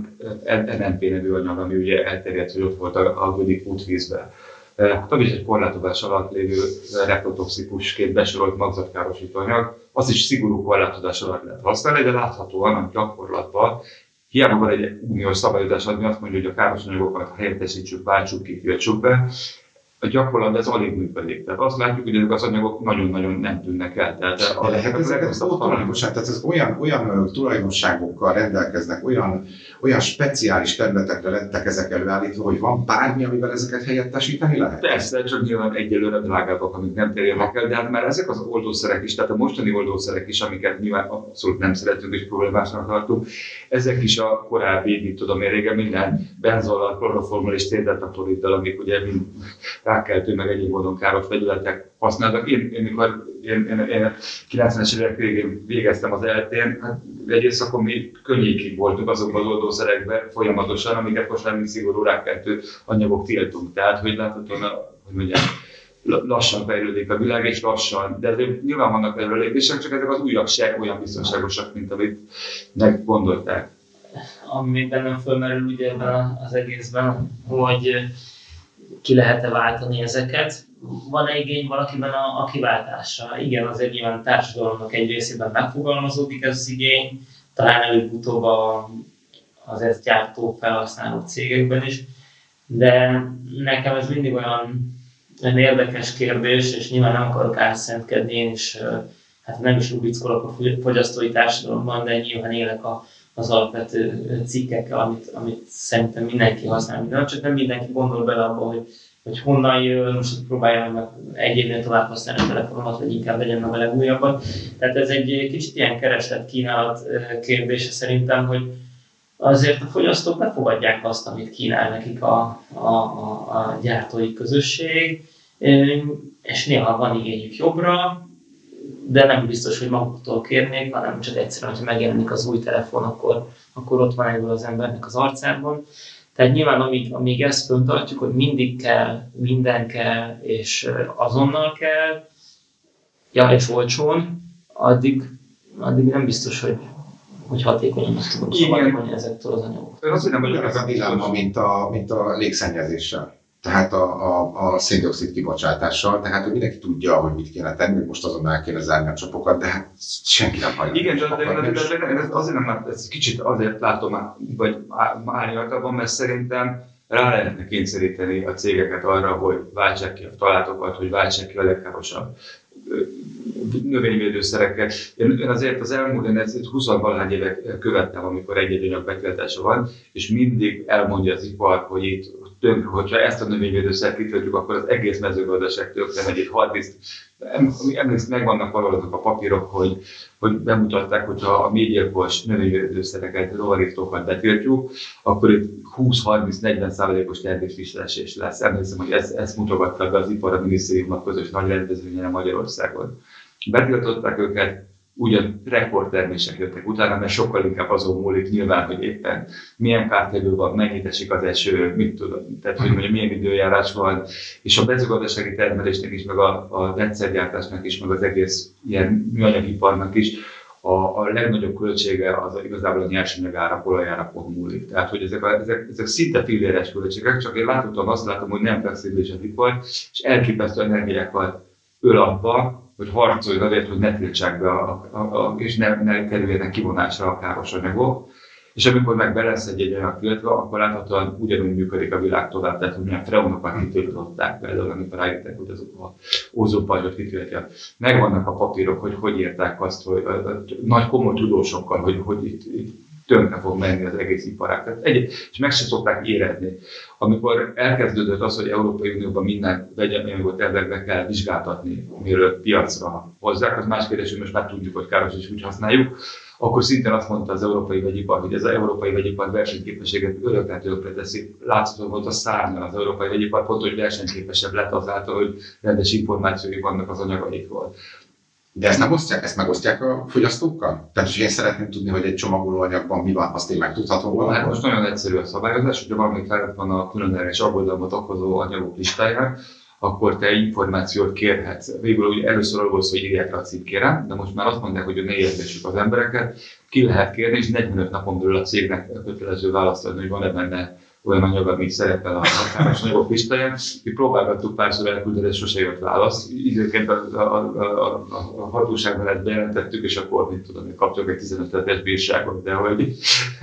en en pé nevű anyag, ami ugye elterjedt, hogy ott volt a, a gödik útvízben. Hát az is egy korlátozás alatt lévő reprotoxikusként besorolt magzatkárosító anyag, az is szigorú korlátozás alatt lehet használni, de láthatóan a gyakorlatban hiába van egy uniós szabályozás, ami azt mondja, hogy a káros anyagokat helyettesítsük, váltsuk ki, tiltsuk be, a gyakorlatban ez alig működik. Tehát azt látjuk, hogy ezek az anyagok nagyon-nagyon nem tűnnek el. Tehát a lehet ezeket automatikusan, tehát ez olyan, olyan tulajdonságokkal rendelkeznek, olyan, olyan speciális területekre lettek ezek előállítva, hogy van bármi, amivel ezeket helyettesíteni lehet? Persze, csak nyilván egyelőre drágábbak, amik nem terjednek el, de hát már ezek az oldószerek is, tehát a mostani oldószerek is, amiket nyilván abszolút nem szeretünk és problémásnak tartunk, ezek is a korábbi, mit tudom én, régen minden benzollal, kloroformmal és térdetaptoriddal, amik ugye mind rákkeltő, meg egyéb módon káros vegyületek használtak. Én, én mikor én, én, én kilencvenes évek végén végeztem az eltén, hát egyrészt akkor mi könnyékig voltunk azokban az oldószerekben folyamatosan, amiket most már mind szigorú rákkeltő anyagok tiltunk. Tehát, hogy láthatóan, hogy mondjam, lassan fejlődik a világ, és lassan, de azért nyilván vannak előrelépések, csak ezek az újak se olyan biztonságosak, mint amit meggondolták. Ami még bennem fölmerül ugye ebben az egészben, hogy ki lehet-e váltani ezeket. Van-e igény valakiben a, a kiváltásra? Igen, azért nyilván a társadalomnak egy részében megfogalmazódik ez az igény, talán előbb-utóbb az ezt gyártó felhasználó cégekben is, de nekem ez mindig olyan, olyan érdekes kérdés, és nyilván nem akarok álszentkedni, én is, hát nem is lubickolok a fogyasztói társadalomban, de nyilván élek a az alapvető cikkekkel, amit, amit szerintem mindenki használ. De csak nem mindenki gondol bele abba, hogy, hogy honnan jön, most próbálja meg egy évnél tovább használni a telefonomat, vagy inkább legyen meg a legújabbat. Tehát ez egy kicsit ilyen kereslet-kínálat kérdése szerintem, hogy azért a fogyasztók befogadják azt, amit kínál nekik a, a, a, a gyártói közösség, és néha van igényük jobbra, de nem biztos, hogy maguktól kérnék, hanem csak egyszerűen, hogy megjelenik az új telefon, akkor, akkor ott van ebből az embernek az arcában. Tehát nyilván amíg, amíg ezt föntartjuk, hogy mindig kell, minden kell, és azonnal kell, ja, és olcsón, addig, addig nem biztos, hogy, hogy hatékonyan tudunk szabadulni ezektől az anyagoktól. Az nem ugyanaz a dilemma, mint a, mint a légszennyezéssel. Tehát a, a, a szén-dioxid kibocsátással, tehát hogy mindenki tudja, hogy mit kéne tenni, hogy most azon el kéne zárni a csapokat, de hát senki nem hajlandó. Igen, de, de, de, de, de, de azért nem, ez kicsit azért látom, vagy árnyaltabban, mert szerintem rá lehetne kényszeríteni a cégeket arra, hogy váltsák ki a talátokat, hogy váltsák ki a legkárosabb növényvédőszereket. Én, én azért az elmúlt, én ezt húsz-valahány évek követtem, amikor egy-egy anyag betiltása van, és mindig elmondja az ipar, hogy itt tönkre, hogyha ezt a növényvédőszert kitöltjük, akkor az egész mezőgazdaság tönkre megy, itt harminc. Emlékszik, megvannak valahol azok a papírok, hogy, hogy bemutatták, hogyha a mégyilkos növényvédőszereket, rovarítókat betiltjuk, akkor itt húsz-harminc-negyven százalékos termékviselés lesz. Emlékszem, hogy ezt, ezt mutogatta be az ipar a minisztériumnak közös nagy rendezvényen Magyarországon. Betiltották őket, ugyan rekordtermések jöttek utána, mert sokkal inkább azon múlik nyilván, hogy éppen milyen kártevő van, mennyit esik az eső, mit tudom, tehát hogy mondjam, milyen időjárás van, és a mezőgazdasági termelésnek is, meg a, a rendszergyártásnak is, meg az egész ilyen műanyagiparnak is a, a legnagyobb költsége az igazából a nyersanyag árak, olajárakon múlik. Tehát, hogy ezek, a, ezek, ezek szinte filléres költségek, csak én láthatóan azt látom, hogy nem flexibilis az ipar, és elképesztő energiákat öl abba, hogy harcoljon azért, hogy ne tiltsák be, a, a, a, és ne, ne kerüljenek kivonásra a káros anyagok. És amikor meg be lesz egy, egy anyag tiltva, akkor láthatóan ugyanúgy működik a világ tovább, tehát hogy milyen freonokat kitiltották például, amikor rájöttek, hogy azok a ózonpajzsot kitiltják. Megvannak a papírok, hogy hogy írták azt, hogy a, a, nagy komoly tudósokkal, hogy, hogy itt, itt tönkre fog menni az egész iparág. Tehát egy, és meg se szokták érezni. Amikor elkezdődött az, hogy Európai Unióban minden vegyanyagot elvegbe kell vizsgáltatni, mielőtt piacra hozzák, az más kérdés, hogy most már tudjuk, hogy káros és úgy használjuk, akkor szintén azt mondta az európai vegyipar, hogy ez az európai vegyipar versenyképességet örökre tönkre teszi. Látszódó volt a szárnal az európai vegyipar, pont, hogy versenyképesebb lett azáltal, hogy rendes információi vannak az anyagaikról. De ezt nem osztják, ezt megosztják a fogyasztókkal? Tehát, hogy én szeretném tudni, hogy egy csomagolóanyagban mi van, azt én megtudhatom volna. Hát most nagyon egyszerű a szabályozás, hogyha valami felett van a különleges aggodalmat okozó anyagok listáján, akkor te információt kérhetsz. Végül ugye először arról szól, hogy írják a címkére, de most már azt mondják, hogy ne érzessük az embereket, ki lehet kérni, és negyvenöt napon belül a cégnek kötelező választ adni, hogy van-e benne olyan anyag, ami szerepel a káros anyagok listáján. Mi próbálgattuk párszor elküldeni, de sose jött válasz. Időként a, a, a, a, a hatóság mellett bejelentettük, és akkor mit tudom, hogy kapcsolok egy tizenöt hetes bírságot, de hogy...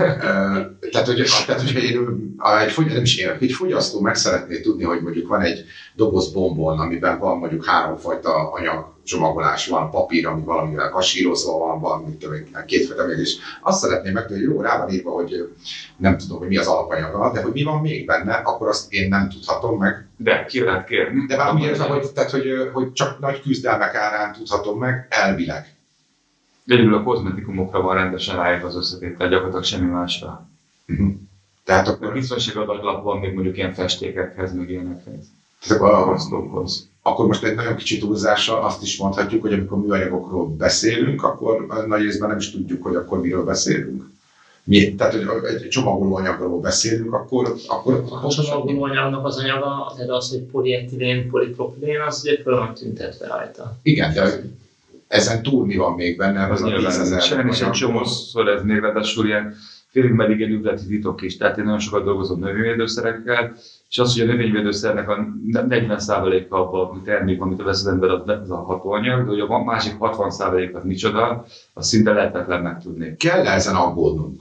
tehát, hogy, tehát, hogyha én, egy, fogy, nem is én, egy fogyasztó meg szeretné tudni, hogy mondjuk van egy doboz bombon, amiben van mondjuk háromfajta anyag, csomagolás, van papír, ami valamivel kasírozva van, van mit tudom, kétfajta még, és azt szeretném megtudni, hogy jó, rá van írva, hogy nem tudom, hogy mi az alapanyaga, de hogy mi van még benne, akkor azt én nem tudhatom meg. De ki lehet kérni. De már úgy érzem, hogy, tehát, hogy, hogy csak nagy küzdelmek árán tudhatom meg, elvileg. Egyedül a kozmetikumokra van rendesen ráírva az összetétel, gyakorlatilag semmi másra. Uh-huh. Tehát akkor... A biztonságadat van még mondjuk ilyen festékekhez, meg ilyenekhez. A hasznoshoz. Akkor most egy nagyon kicsi túlzással azt is mondhatjuk, hogy amikor műanyagokról beszélünk, akkor nagy részben nem is tudjuk, hogy akkor miről beszélünk. Mi? Tehát, hogy egy csomagolóanyagról beszélünk, akkor... akkor a csomagolóanyagnak az anyaga, tehát az, hogy polietilén, polipropilén, az ugye föl van tüntetve rajta. Igen, de ezen túl mi van még benne? Az nyilván sajnos egy csomószor ez még ráadásul ilyen félig meddig egy üzleti titok is. Tehát én nagyon sokat dolgozom növényvédőszerekkel, és az, hogy a növényvédőszernek a negyven százaléka abban a termék, amit vesz az ember, az a hatóanyag, de hogy a másik hatvan százalék az micsoda, az szinte lehetetlen megtudni. Kell ezen aggódnunk?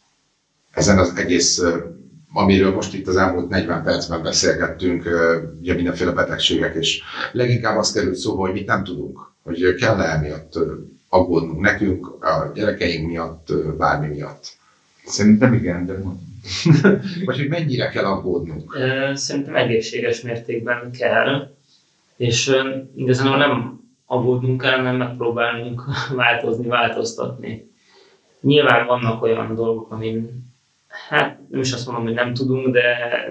Ezen az egész, amiről most itt az elmúlt negyven percben beszélgettünk, ugye mindenféle betegségek, és leginkább azt került szóba, hogy mit nem tudunk. Hogy kell-e emiatt aggódnunk nekünk, a gyerekeink miatt, bármi miatt. Szerintem igen, de mondom. Vagy hogy mennyire kell aggódnunk? Szerintem egészséges mértékben kell, és igazán nem aggódnunk kell, hanem megpróbálunk változni, változtatni. Nyilván vannak olyan dolgok, amin, hát nem is azt mondom, hogy nem tudunk, de,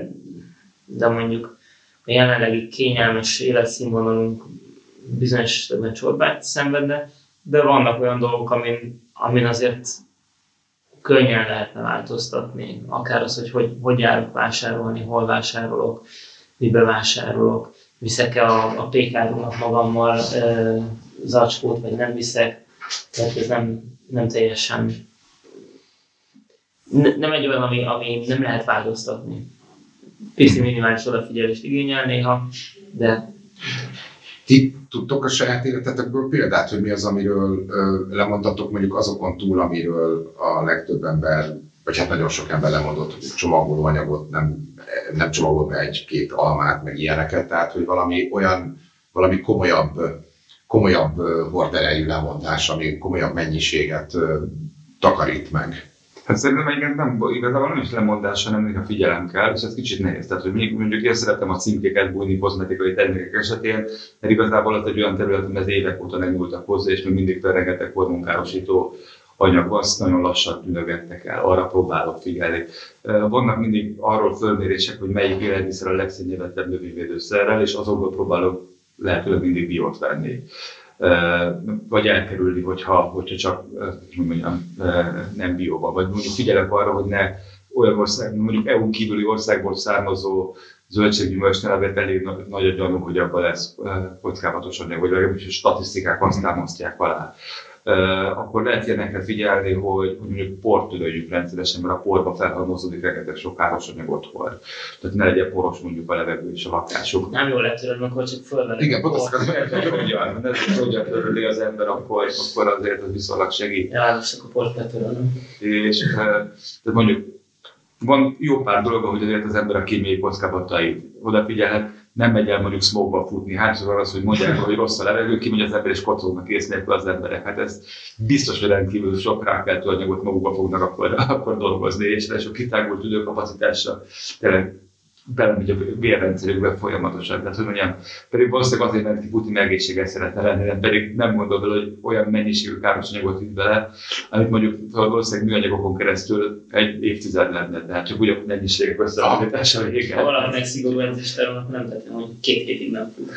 de mondjuk a jelenlegi kényelmes életszínvonalunk bizonyos esetben csorbát szenvedne, de vannak olyan dolgok, amin, amin azért könnyen lehetne változtatni. Akár az, hogy hogy, hogy járok vásárolni, hol vásárolok, mibe vásárolok, viszek-e a, a pékárunknak magammal e, zacskót, vagy nem viszek. Tehát ez nem, nem teljesen... Ne, nem egy olyan, ami, ami nem lehet változtatni. Pici minimális odafigyelést igényel néha, de... Ti tudtok a saját életetekből példát, hogy mi az, amiről ö, lemondtatok, mondjuk azokon túl, amiről a legtöbb ember, vagy hát nagyon sok ember lemondott, hogy csomagolóanyagot nem, nem csomagolt be egy-két almát, meg ilyeneket, tehát hogy valami olyan, valami komolyabb, komolyabb horderejű lemondás, ami komolyabb mennyiséget ö, takarít meg. Hát szerintem egyébként nem, igazából nem is lemondás, hanem néha figyelem kell, és ez kicsit nehéz. Tehát, hogy még mondjuk én szeretem a címkéket bújni kozmetikai termékek esetén, mert igazából az egy olyan terület, amihez évek óta nem nyúltak hozzá, és még mindig rengeteg hormonkárosító anyag, azt nagyon lassan tűnögettek el, arra próbálok figyelni. Vannak mindig arról fölmérések, hogy melyik élelmiszer a legszennyezettebb növényvédőszerrel, és azokból próbálok lehetőleg mindig biót venni. vagy elkerülni, hogyha, hogyha csak mondjam, nem bióban, vagy mondjuk figyelek arra, hogy ne olyan ország, mondjuk é u-n kívüli országból származó zöldséggyümölcsnél azért elég nagy a gyanú, hogy abban lesz kockázatos anyag, vagy legalábbis a statisztikák azt támasztják alá. Uh, akkor lehet ilyenekre figyelni, hogy, hogy mondjuk port tüdőjük rendszeresen, mert a porba felhalmozódik rengeteg sok káros anyagot hord. Tehát ne legyen poros mondjuk a levegő és a lakásuk. Nem jól lehet törölni, akkor csak fölvenni. Igen, pont azt akartam, de hogyha töröli az ember, akkor, akkor azért az viszonylag segít. Ja, most akkor port kell törölni. És uh, tehát mondjuk van jó pár dolog, hogy azért az ember a kémiai kockázatait odafigyelhet, nem megy el mondjuk smogba futni. Hányszor van az, hogy mondják, hogy rossz a levegő, kimegy az ember és kocognak ész nélkül az emberek. Hát ez biztos, hogy rendkívül sok rákkeltő anyagot magukba fognak akkor, akkor dolgozni, és sok kitágult tüdőkapacitással tényleg belemegy a vérrendszerükbe folyamatosan. Tehát, hogy mondjam, pedig valószínűleg azért, mert Putin egészséges szeretne lenni, nem pedig nem gondol vele, hogy olyan mennyiségű káros anyagot vitt bele, amit mondjuk valószínűleg műanyagokon keresztül egy évtized lenne, tehát csak úgy a mennyiségek összehasonlítása vége. Ha valakinek szigorú edzésterem, akkor nem tettem, hogy két hétig nem fut.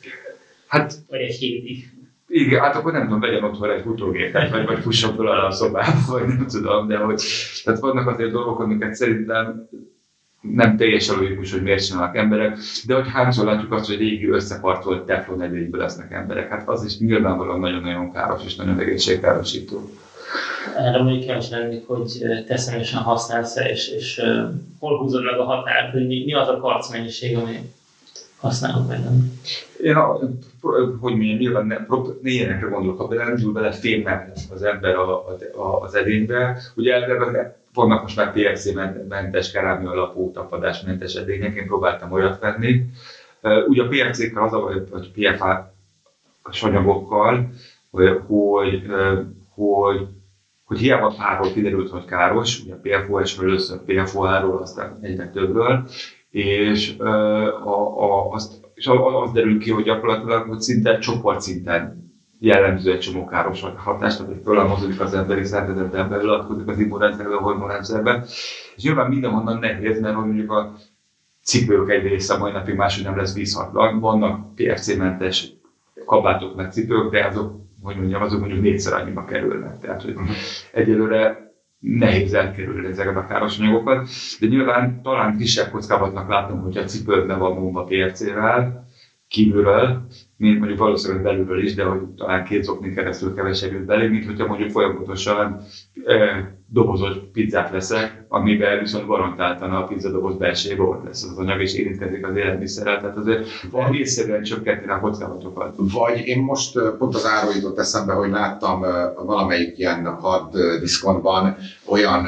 Hát, vagy egy hétig. Igen, hát akkor nem tudom, vegyen otthon egy futógépet, vagy, vagy fusson fel alá a szobába, vagy nem tudom, de hogy tehát vannak azért dolgok, amiket szerintem nem teljesen logikus, hogy miért csinálnak emberek, de hogy hányszor látjuk azt, hogy régi összepartolt teflon edényből lesznek emberek, hát az is nyilvánvalóan nagyon-nagyon káros és nagyon egészségkárosító. Erre mondjuk kíváncsi lennék, hogy te személyesen használsz-e, és, és uh, hol húzod meg a határt, hogy mi, mi az a karcmennyiség, ami használod meg. Én, a, hogy mondjam, nyilván ne, ne ilyenekre gondolok, ha belendül bele fémmel az ember a, a, az edénybe, ugye eleve vannak most már pé ef cé-mentes, kerámia alapú tapadásmentes edények, én próbáltam olyat venni. Ugye a pé ef cé-kkel az a vagy pé ef á-s anyagokkal, hogy, hogy, hogy, hogy hiába párról kiderült, hogy káros, ugye a pé ef o es-ről először pé ef o á-ról, aztán egyre többről, és, a, a, azt, és az derül ki, hogy gyakorlatilag hogy szinte csoportszinten jellemző egy csomó káros hatást, hogy fölhalmozódik az emberi szervezeten belül, adkozik az immunrendszerbe, a hormonrendszerbe. És nyilván mindenhonnan nehéz, mert mondjuk a cipők egy része mai napig máshogy nem lesz vízhatlan. Vannak pé ef cé-mentes kabátok meg cipők, de azok, hogy mondjam, azok mondjuk négyszer annyiba kerülnek. Tehát, hogy egyelőre nehéz elkerülni ezeket a káros anyagokat, de nyilván talán kisebb kockávatnak látom, hogy a cipőben van nyomva pé ef cé-vel, kívülről, mint mondjuk valószínűleg belülről is, de hogy talán két zoknin keresztül kevesebb jut belé, mint hogyha mondjuk folyamatosan eh, dobozott pizzát veszek, amiben viszont garantáltan a pizzadoboz belsejében ott lesz az anyag, és érintkezik az élelmiszerrel, tehát azért van észszerűen csökkenteni a kockázatokat. Vagy én most pont az áról jutott eszembe, hogy láttam valamelyik ilyen hard diszkontban olyan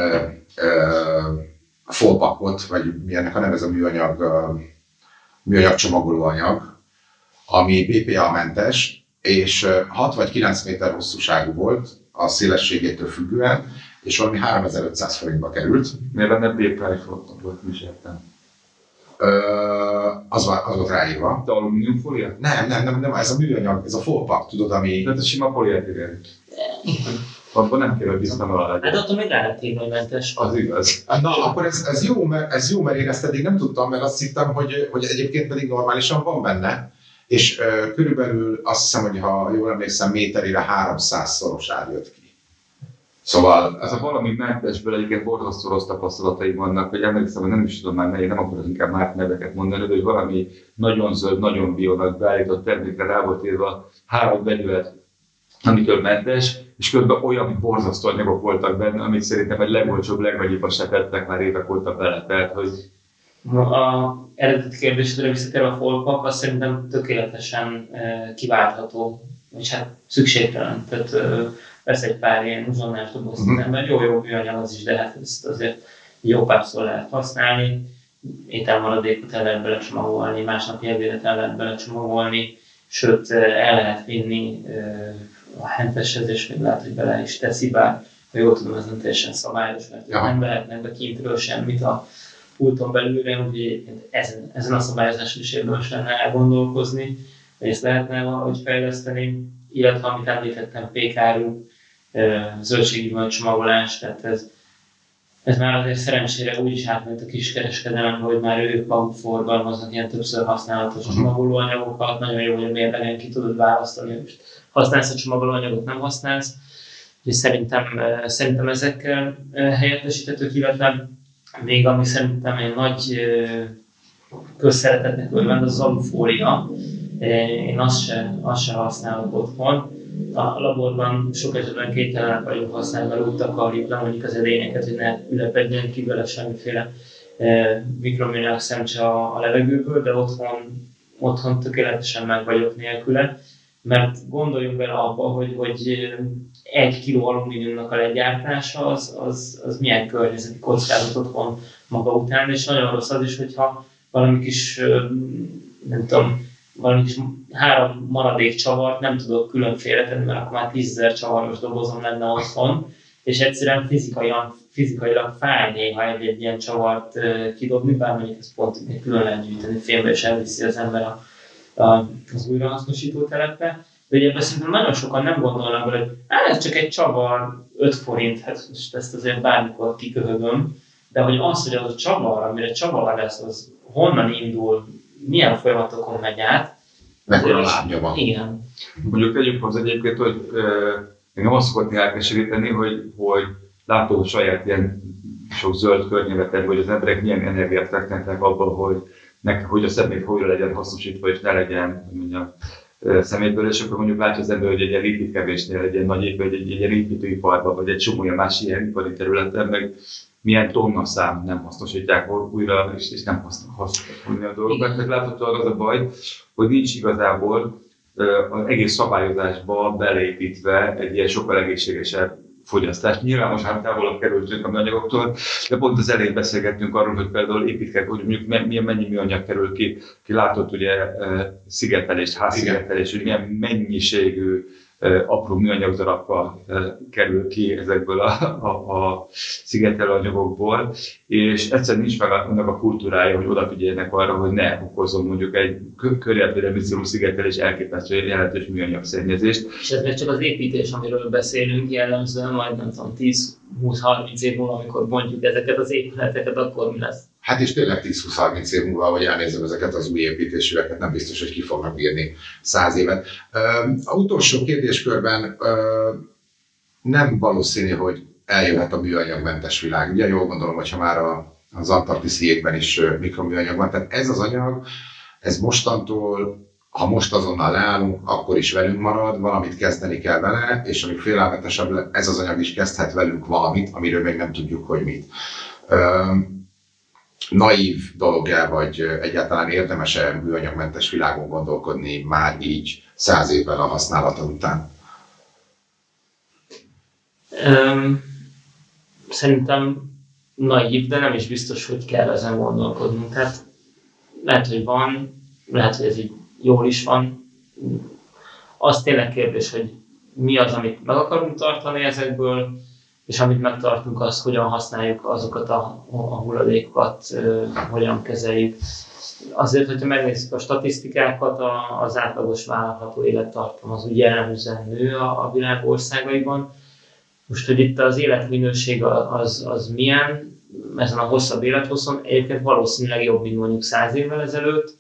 fallpackot, vagy milyennek a neve, ez a műanyag, műanyag csomagolóanyag, ami bé pé á-mentes, és hat vagy kilenc méter hosszúságú volt a szélességétől függően, és valami háromezer-ötszáz forintba került. Miért lenne bé pé á volt, is értem? Az, az volt ráírva. De alumíniumfólia? Nem, nem, nem, nem, ez a műanyag, ez a fallpack, tudod, ami... Tehát a sima polietilen. Abban nem kell, hogy biztos alá legyen. Hát attól még lehet írni, hogy mentes. Az igaz. Na, akkor ez, ez, jó, mert, ez jó, mert én ezt eddig nem tudtam, mert azt hittem, hogy, hogy egyébként pedig normálisan van benne. És uh, körülbelül azt hiszem, hogy ha jól emlékszem, méterére háromszáz ár jött ki. Szóval... Ez a valami mentesből egyébként borzasztó rossz tapasztalataim vannak, hogy emlékszem, hogy nem is tudom már, én nem akarok inkább már neveket mondani, de hogy valami nagyon zöld, nagyon biónak beállított termékre rá volt írva három vegyület, amitől mentes, és közben olyan borzasztó anyagok voltak benne, amit szerintem egy legolcsóbb, legnagyobb se tettek már évek óta bele, tehát hogy... A eredeti kérdésre visszatérve a fallpack, az szerintem tökéletesen e, kiváltható, és hát szükségtelen. Tehát e, vesz egy pár ilyen uzsonnás dobozt az ember, jó-jó műanyag az is, de hát ezt azért jó párszor lehet használni. Ételmaradékot el lehet belecsomagolni, másnapi ebédet el lehet belecsomagolni, sőt el lehet vinni e, a henteshez, és még lehet, hogy bele is teszi, bár ha jól tudom, ez nem teljesen szabályos, mert ja. nem vehetnek be kintről semmit a pulton belülre, úgyhogy ezen, ezen a szabályozáson is érdemes lenne elgondolkozni, hogy ezt lehetne valahogy fejleszteni, illetve amit említettem, pékárú, zöldséggyümölcs csomagolás, tehát ez Ez már azért szerencsére úgy is átment a kiskereskedelembe, hogy már ők maguk forgalmaznak ilyen többször használatos csomagolóanyagokat, nagyon jó, hogy mérlegen ki tudod választani, hogy most használsz a csomagolóanyagot, nem használsz. Úgyhogy szerintem, szerintem ezekkel helyettesíthetők, illetve még ami szerintem egy nagy közszeretetnek örvend, az alufólia. Én azt se, azt se használok otthon. A laborban sok esetben kénytelenek vagyunk használni, mert úgy takarjuk le mondjuk az edényeket, hogy ne ülepedjen ki vele semmiféle mikroműanyag szemcse a, a levegőből, de otthon, otthon tökéletesen meg vagyok nélküle. Mert gondoljunk bele abba, hogy, hogy egy kiló alumíniumnak a legyártása az, az, az milyen környezeti kockázat otthon maga után, és nagyon rossz az is, hogyha valami kis, nem tudom, valami kis három maradék csavart nem tudok külön félretenni, mert akkor már tízezer csavaros dobozom lenne otthon, és egyszerűen fizikailag, fizikailag fáj néha egy-egy ilyen csavart kidobni, bár mondjuk ezt pont külön lehet gyűjteni fémbe, és elviszi az ember a az újrahasznosító telepbe, de ugye ebben szerintem nagyon sokan nem gondolnak bele, hogy ez csak egy csavar, öt forint, hát most ezt azért bármikor kiköhögöm, de hogy az, hogy az a csavar, amire csavar lesz, az honnan indul, milyen folyamatokon megy át. Mekkora lábnya van. Igen. Mondjuk tegyük hozzá egyébként, hogy engem azt szokott elkeseríteni, hogy, hogy látom a saját ilyen sok zöld környezetet, hogy az emberek milyen energiát fektetnek abban, hogy Nek, hogy a szemét hogyan legyen hasznosítva, és ne legyen mondjam, szemétből, és akkor mondjuk látja az ember, hogy egy ilyen építkezésnél, egy ilyen nagy építő, vagy egy, egy ilyen építőiparban, vagy egy csomó ilyen más ilyen ipari területen, meg milyen tonna szám nem hasznosítják újra, és, és nem használni a dolgokat. Meg láthatóan az a baj, hogy nincs igazából az egész szabályozásba beleépítve egy ilyen sokkal egészségesebb fogyasztást. Nyilván most már távolabb kerültünk a műanyagoktól, de pont az elején beszélgettünk arról, hogy például építkezés, hogy mondjuk milyen mennyi műanyag kerül ki. Ki látott ugye szigetelést, házszigetelést, hogy milyen mennyiségű apró műanyag darabka kerül ki ezekből a, a, a szigetelő anyagokból, és egyszerűen nincs meg annak a kultúrája, hogy odafigyeljenek arra, hogy ne okozzon mondjuk egy környezetvédelmi célú szigetelés elképesztő jelentős műanyag szennyezést. És ez még csak az építés, amiről beszélünk jellemzően, majd nem tudom, tíz-húsz-harminc év múlva, amikor bontjuk ezeket az épületeket, akkor mi lesz? Hát és tényleg tíz-húsz-harminc év múlva, hogy elnézem ezeket az új építésűeket, nem biztos, hogy ki fognak bírni száz évet. A utolsó kérdéskörben nem valószínű, hogy eljöhet a műanyagmentes világ. Ugye jól gondolom, hogyha már az antarktiszi jégben is mikroműanyag van. Tehát ez az anyag, ez mostantól, ha most azonnal leállunk, akkor is velünk marad, valamit kezdeni kell vele, és ami félelmetesebb, ez az anyag is kezdhet velünk valamit, amiről még nem tudjuk, hogy mit. Naív dolog-e, vagy egyáltalán érdemes-e műanyagmentes világon gondolkodni már így száz évvel a használata után? Um, szerintem naív, de nem is biztos, hogy kell ezen gondolkodnunk. Tehát lehet, hogy van, lehet, hogy ez így jól is van. Az tényleg kérdés, hogy mi az, amit meg akarunk tartani ezekből, és amit megtartunk, az hogyan használjuk azokat a, a hulladékokat, uh, hogyan kezeljük. Azért, hogyha megnézzük a statisztikákat, a, az átlagos vállalható élettartam az ugye jellemzően nő a, a világ országaiban. Most, hogy itt az életminőség az, az milyen, ezen a hosszabb élethosszon, egyébként valószínűleg jobb, mint mondjuk száz évvel ezelőtt.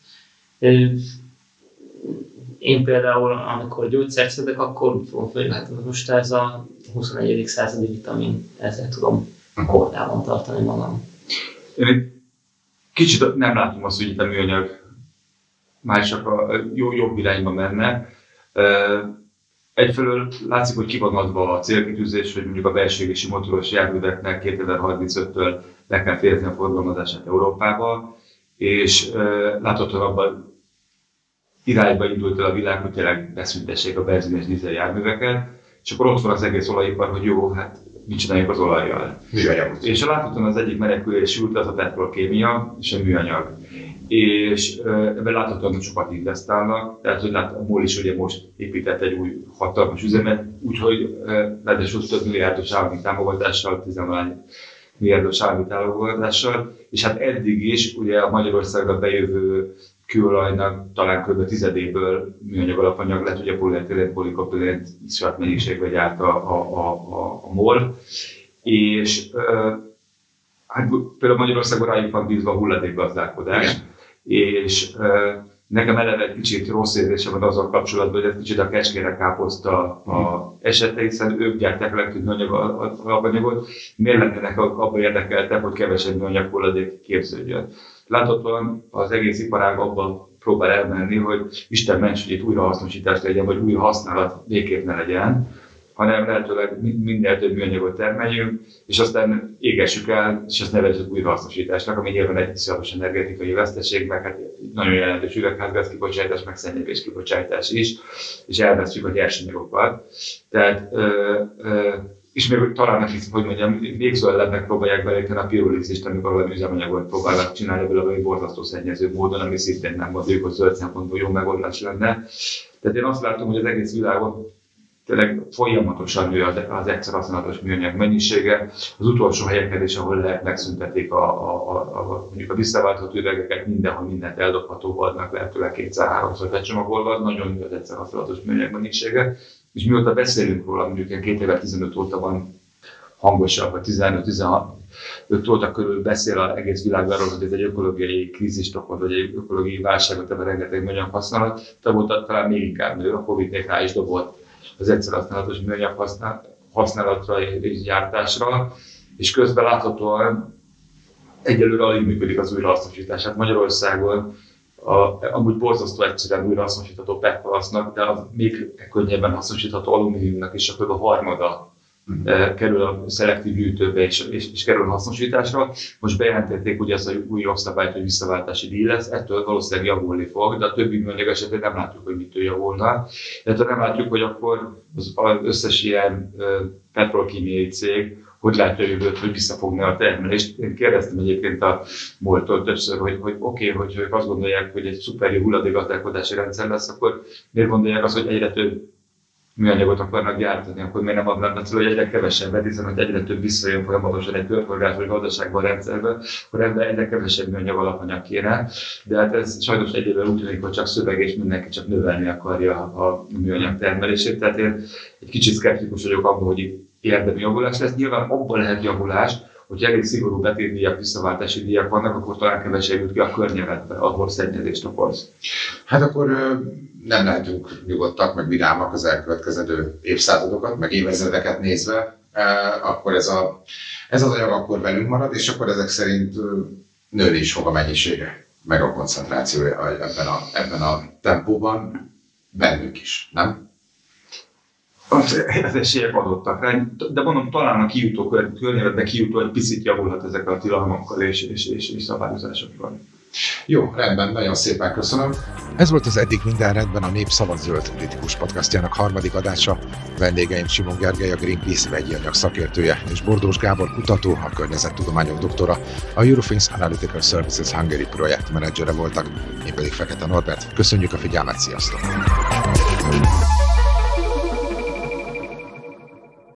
Én például, amikor gyógyszert szedek, akkor úgy fogom fel, hogy hát most ez a huszonegyedik századi vitamin, ezzel tudom kordában tartani magam. Én kicsit nem látom azt, hogy itt a műanyag már csak a jó, jobb irányba menne. Egyfelől látszik, hogy ki van adva a célkitűzés, hogy mondjuk a belső égési motoros járműveknek kétezer-harmincöttől le kell fejezni a forgalmazását Európába, és láthatóan abban irányba indult el a világ, hogy tényleg beszüntessék a benzin és dízel járműveket, és akkor ott van az egész olajipar, hogy jó, hát mit csináljuk az olajjal. Műanyag. És láthatóan az egyik menekülési út az a petrolkémia és a műanyag. És ebben láthatóan sokat investálnak, tehát hogy lát, a MOL is ugye most épített egy új hatalmas üzemet, úgyhogy ráadásul több milliárdos állami támogatással, tizenvalány milliárdos állami támogatással, és hát eddig is ugye a Magyarországra bejövő kőolajnak talán kb. Tizedéből műanyag alapanyag lett, ugye polietilén, polikopilén iszonyat mennyiségben gyárt a, a, a, a, a MOL, és hát például Magyarországon rájuk van bízva a hulladékgazdálkodás, és nekem eleve egy kicsit rossz érzésem van azzal kapcsolatban, hogy ez kicsit a kecskére káposzta a esete, hiszen ők gyártják a legtöbb műanyagot, miért lennének abban érdekeltek, hogy kevesebb műanyag hulladék képződjön. Láthatóan az egész iparág abban próbál elmenni, hogy Isten ments, hogy itt újrahasznosítás legyen, vagy újra használat végképp ne legyen, hanem lehetőleg minél több műanyagot termeljünk, és aztán égessük el, és ezt nevezzük újrahasznosításnak, ami nyilván egy iszonyatos energetikai veszteség, meg hát nagyon jelentős üvegházgáz kibocsátás, meg szennyezés kibocsátás is, és elvesztjük a nyersanyagokat. Tehát, ö, ö, és még talán, hogy mondjam, még zöldebbnek próbálják belépni a pirolízist, amikor valami üzemanyagot próbálnak csinálni belőle, valami borzasztó szennyező módon, ami szintén nem gondoljuk, hogy zöld szempontból jó megoldás lenne. Tehát én azt látom, hogy az egész világon tényleg folyamatosan nő az egyszer használatos műanyag mennyisége. Az utolsó helyeken is, ahol lehet, megszüntetik a, a, a, a, mondjuk a visszaváltható üvegeket, mindenhol mindent eldobható vannak, lehetőleg kétszer-háromszor becsomagolva, nagyon nő az egyszer használatos műanyag mennyisége. És mióta beszélünk róla, mondjuk kétezer-tizenöt óta van hangosabb, vagy tizenöt-tizenhat óta körül beszél az egész világ arról, hogy ez egy ökológiai krízist okoz, vagy egy ökológiai válságot, ebben rengeteg műanyag használat, de talán még inkább nő, a Covid még rá is dobott az egyszer használatos műanyag használatra és gyártásra, és közben láthatóan egyelőre alig működik az újrahasznosítás. Hát Magyarországon a, amúgy borzasztó egyszerűen újrahasznosítható pé e té-halasznak, de az még könnyebben hasznosítható alumíniumnak is csak a harmada mm. kerül a szelektív gyűjtőbe és, és, és kerül a hasznosításra. Most bejelentették ugye ezt a új jogszabályt, hogy visszaváltási díj lesz, ettől valószínűleg javulni fog, de a többi műanyag esetén nem látjuk, hogy mitől javulna. Tehát nem látjuk, hogy akkor az, az összes ilyen petrolkémiai cég hogy látja a jövőt, hogy visszafogná a termelést. Én kérdeztem egyébként a múlttól többször, hogy, hogy oké, okay, hogy ők azt gondolják, hogy egy szuper jó hulladékgazdálkodási rendszer lesz, akkor miért gondolják azt, hogy egyre több műanyagot akarnak gyártani, akkor miért nem adnak cél, hogy egyre kevesebbet, hiszen hogy egyre több visszajön folyamatosan egy körforgásos gazdaságban a rendszerben, akkor ebben egyre kevesebb műanyag alapanyag kéne. De hát ez sajnos egyébként úgy tűnik, hogy csak szöveg és mindenki csak növelni akarja a műanyag termelését. Tehát én egy kicsit szkeptikus vagyok abban, hogy itt érdemi javulás lesz. Nyilván abban lehet javulás, hogy elég szigorú betétdíjak, visszaváltási díjak vannak, akkor talán kevesebb jut ki a környezetbe, ahol szennyezést okoz. Hát akkor nem lehetünk nyugodtak, meg vidámak az elkövetkezendő évszázadokat, meg évezredeket nézve, akkor ez, a, ez az anyag akkor velünk marad, és akkor ezek szerint nőni is fog a mennyisége, meg a koncentrációja ebben a, ebben a tempóban, bennünk is, nem? Az, az esélyek adottak rá, de mondom, talán a kijutó környezetben kijutó egy picit javulhat ezekkel a tilalmakkal és, és, és, és szabályozásokkal. Jó, rendben, nagyon szépen köszönöm. Ez volt az Eddig minden rendben, a Népszava zöld kritikus podcastjának harmadik adása. Vendégeim Simon Gergely, a Greenpeace vegyi anyag szakértője, és Bordós Gábor kutató, a környezettudományok doktora, a Eurofins Analytical Services Hungary projektmenedzsere voltak, én pedig Fekete Norbert. Köszönjük a figyelmet, sziasztok!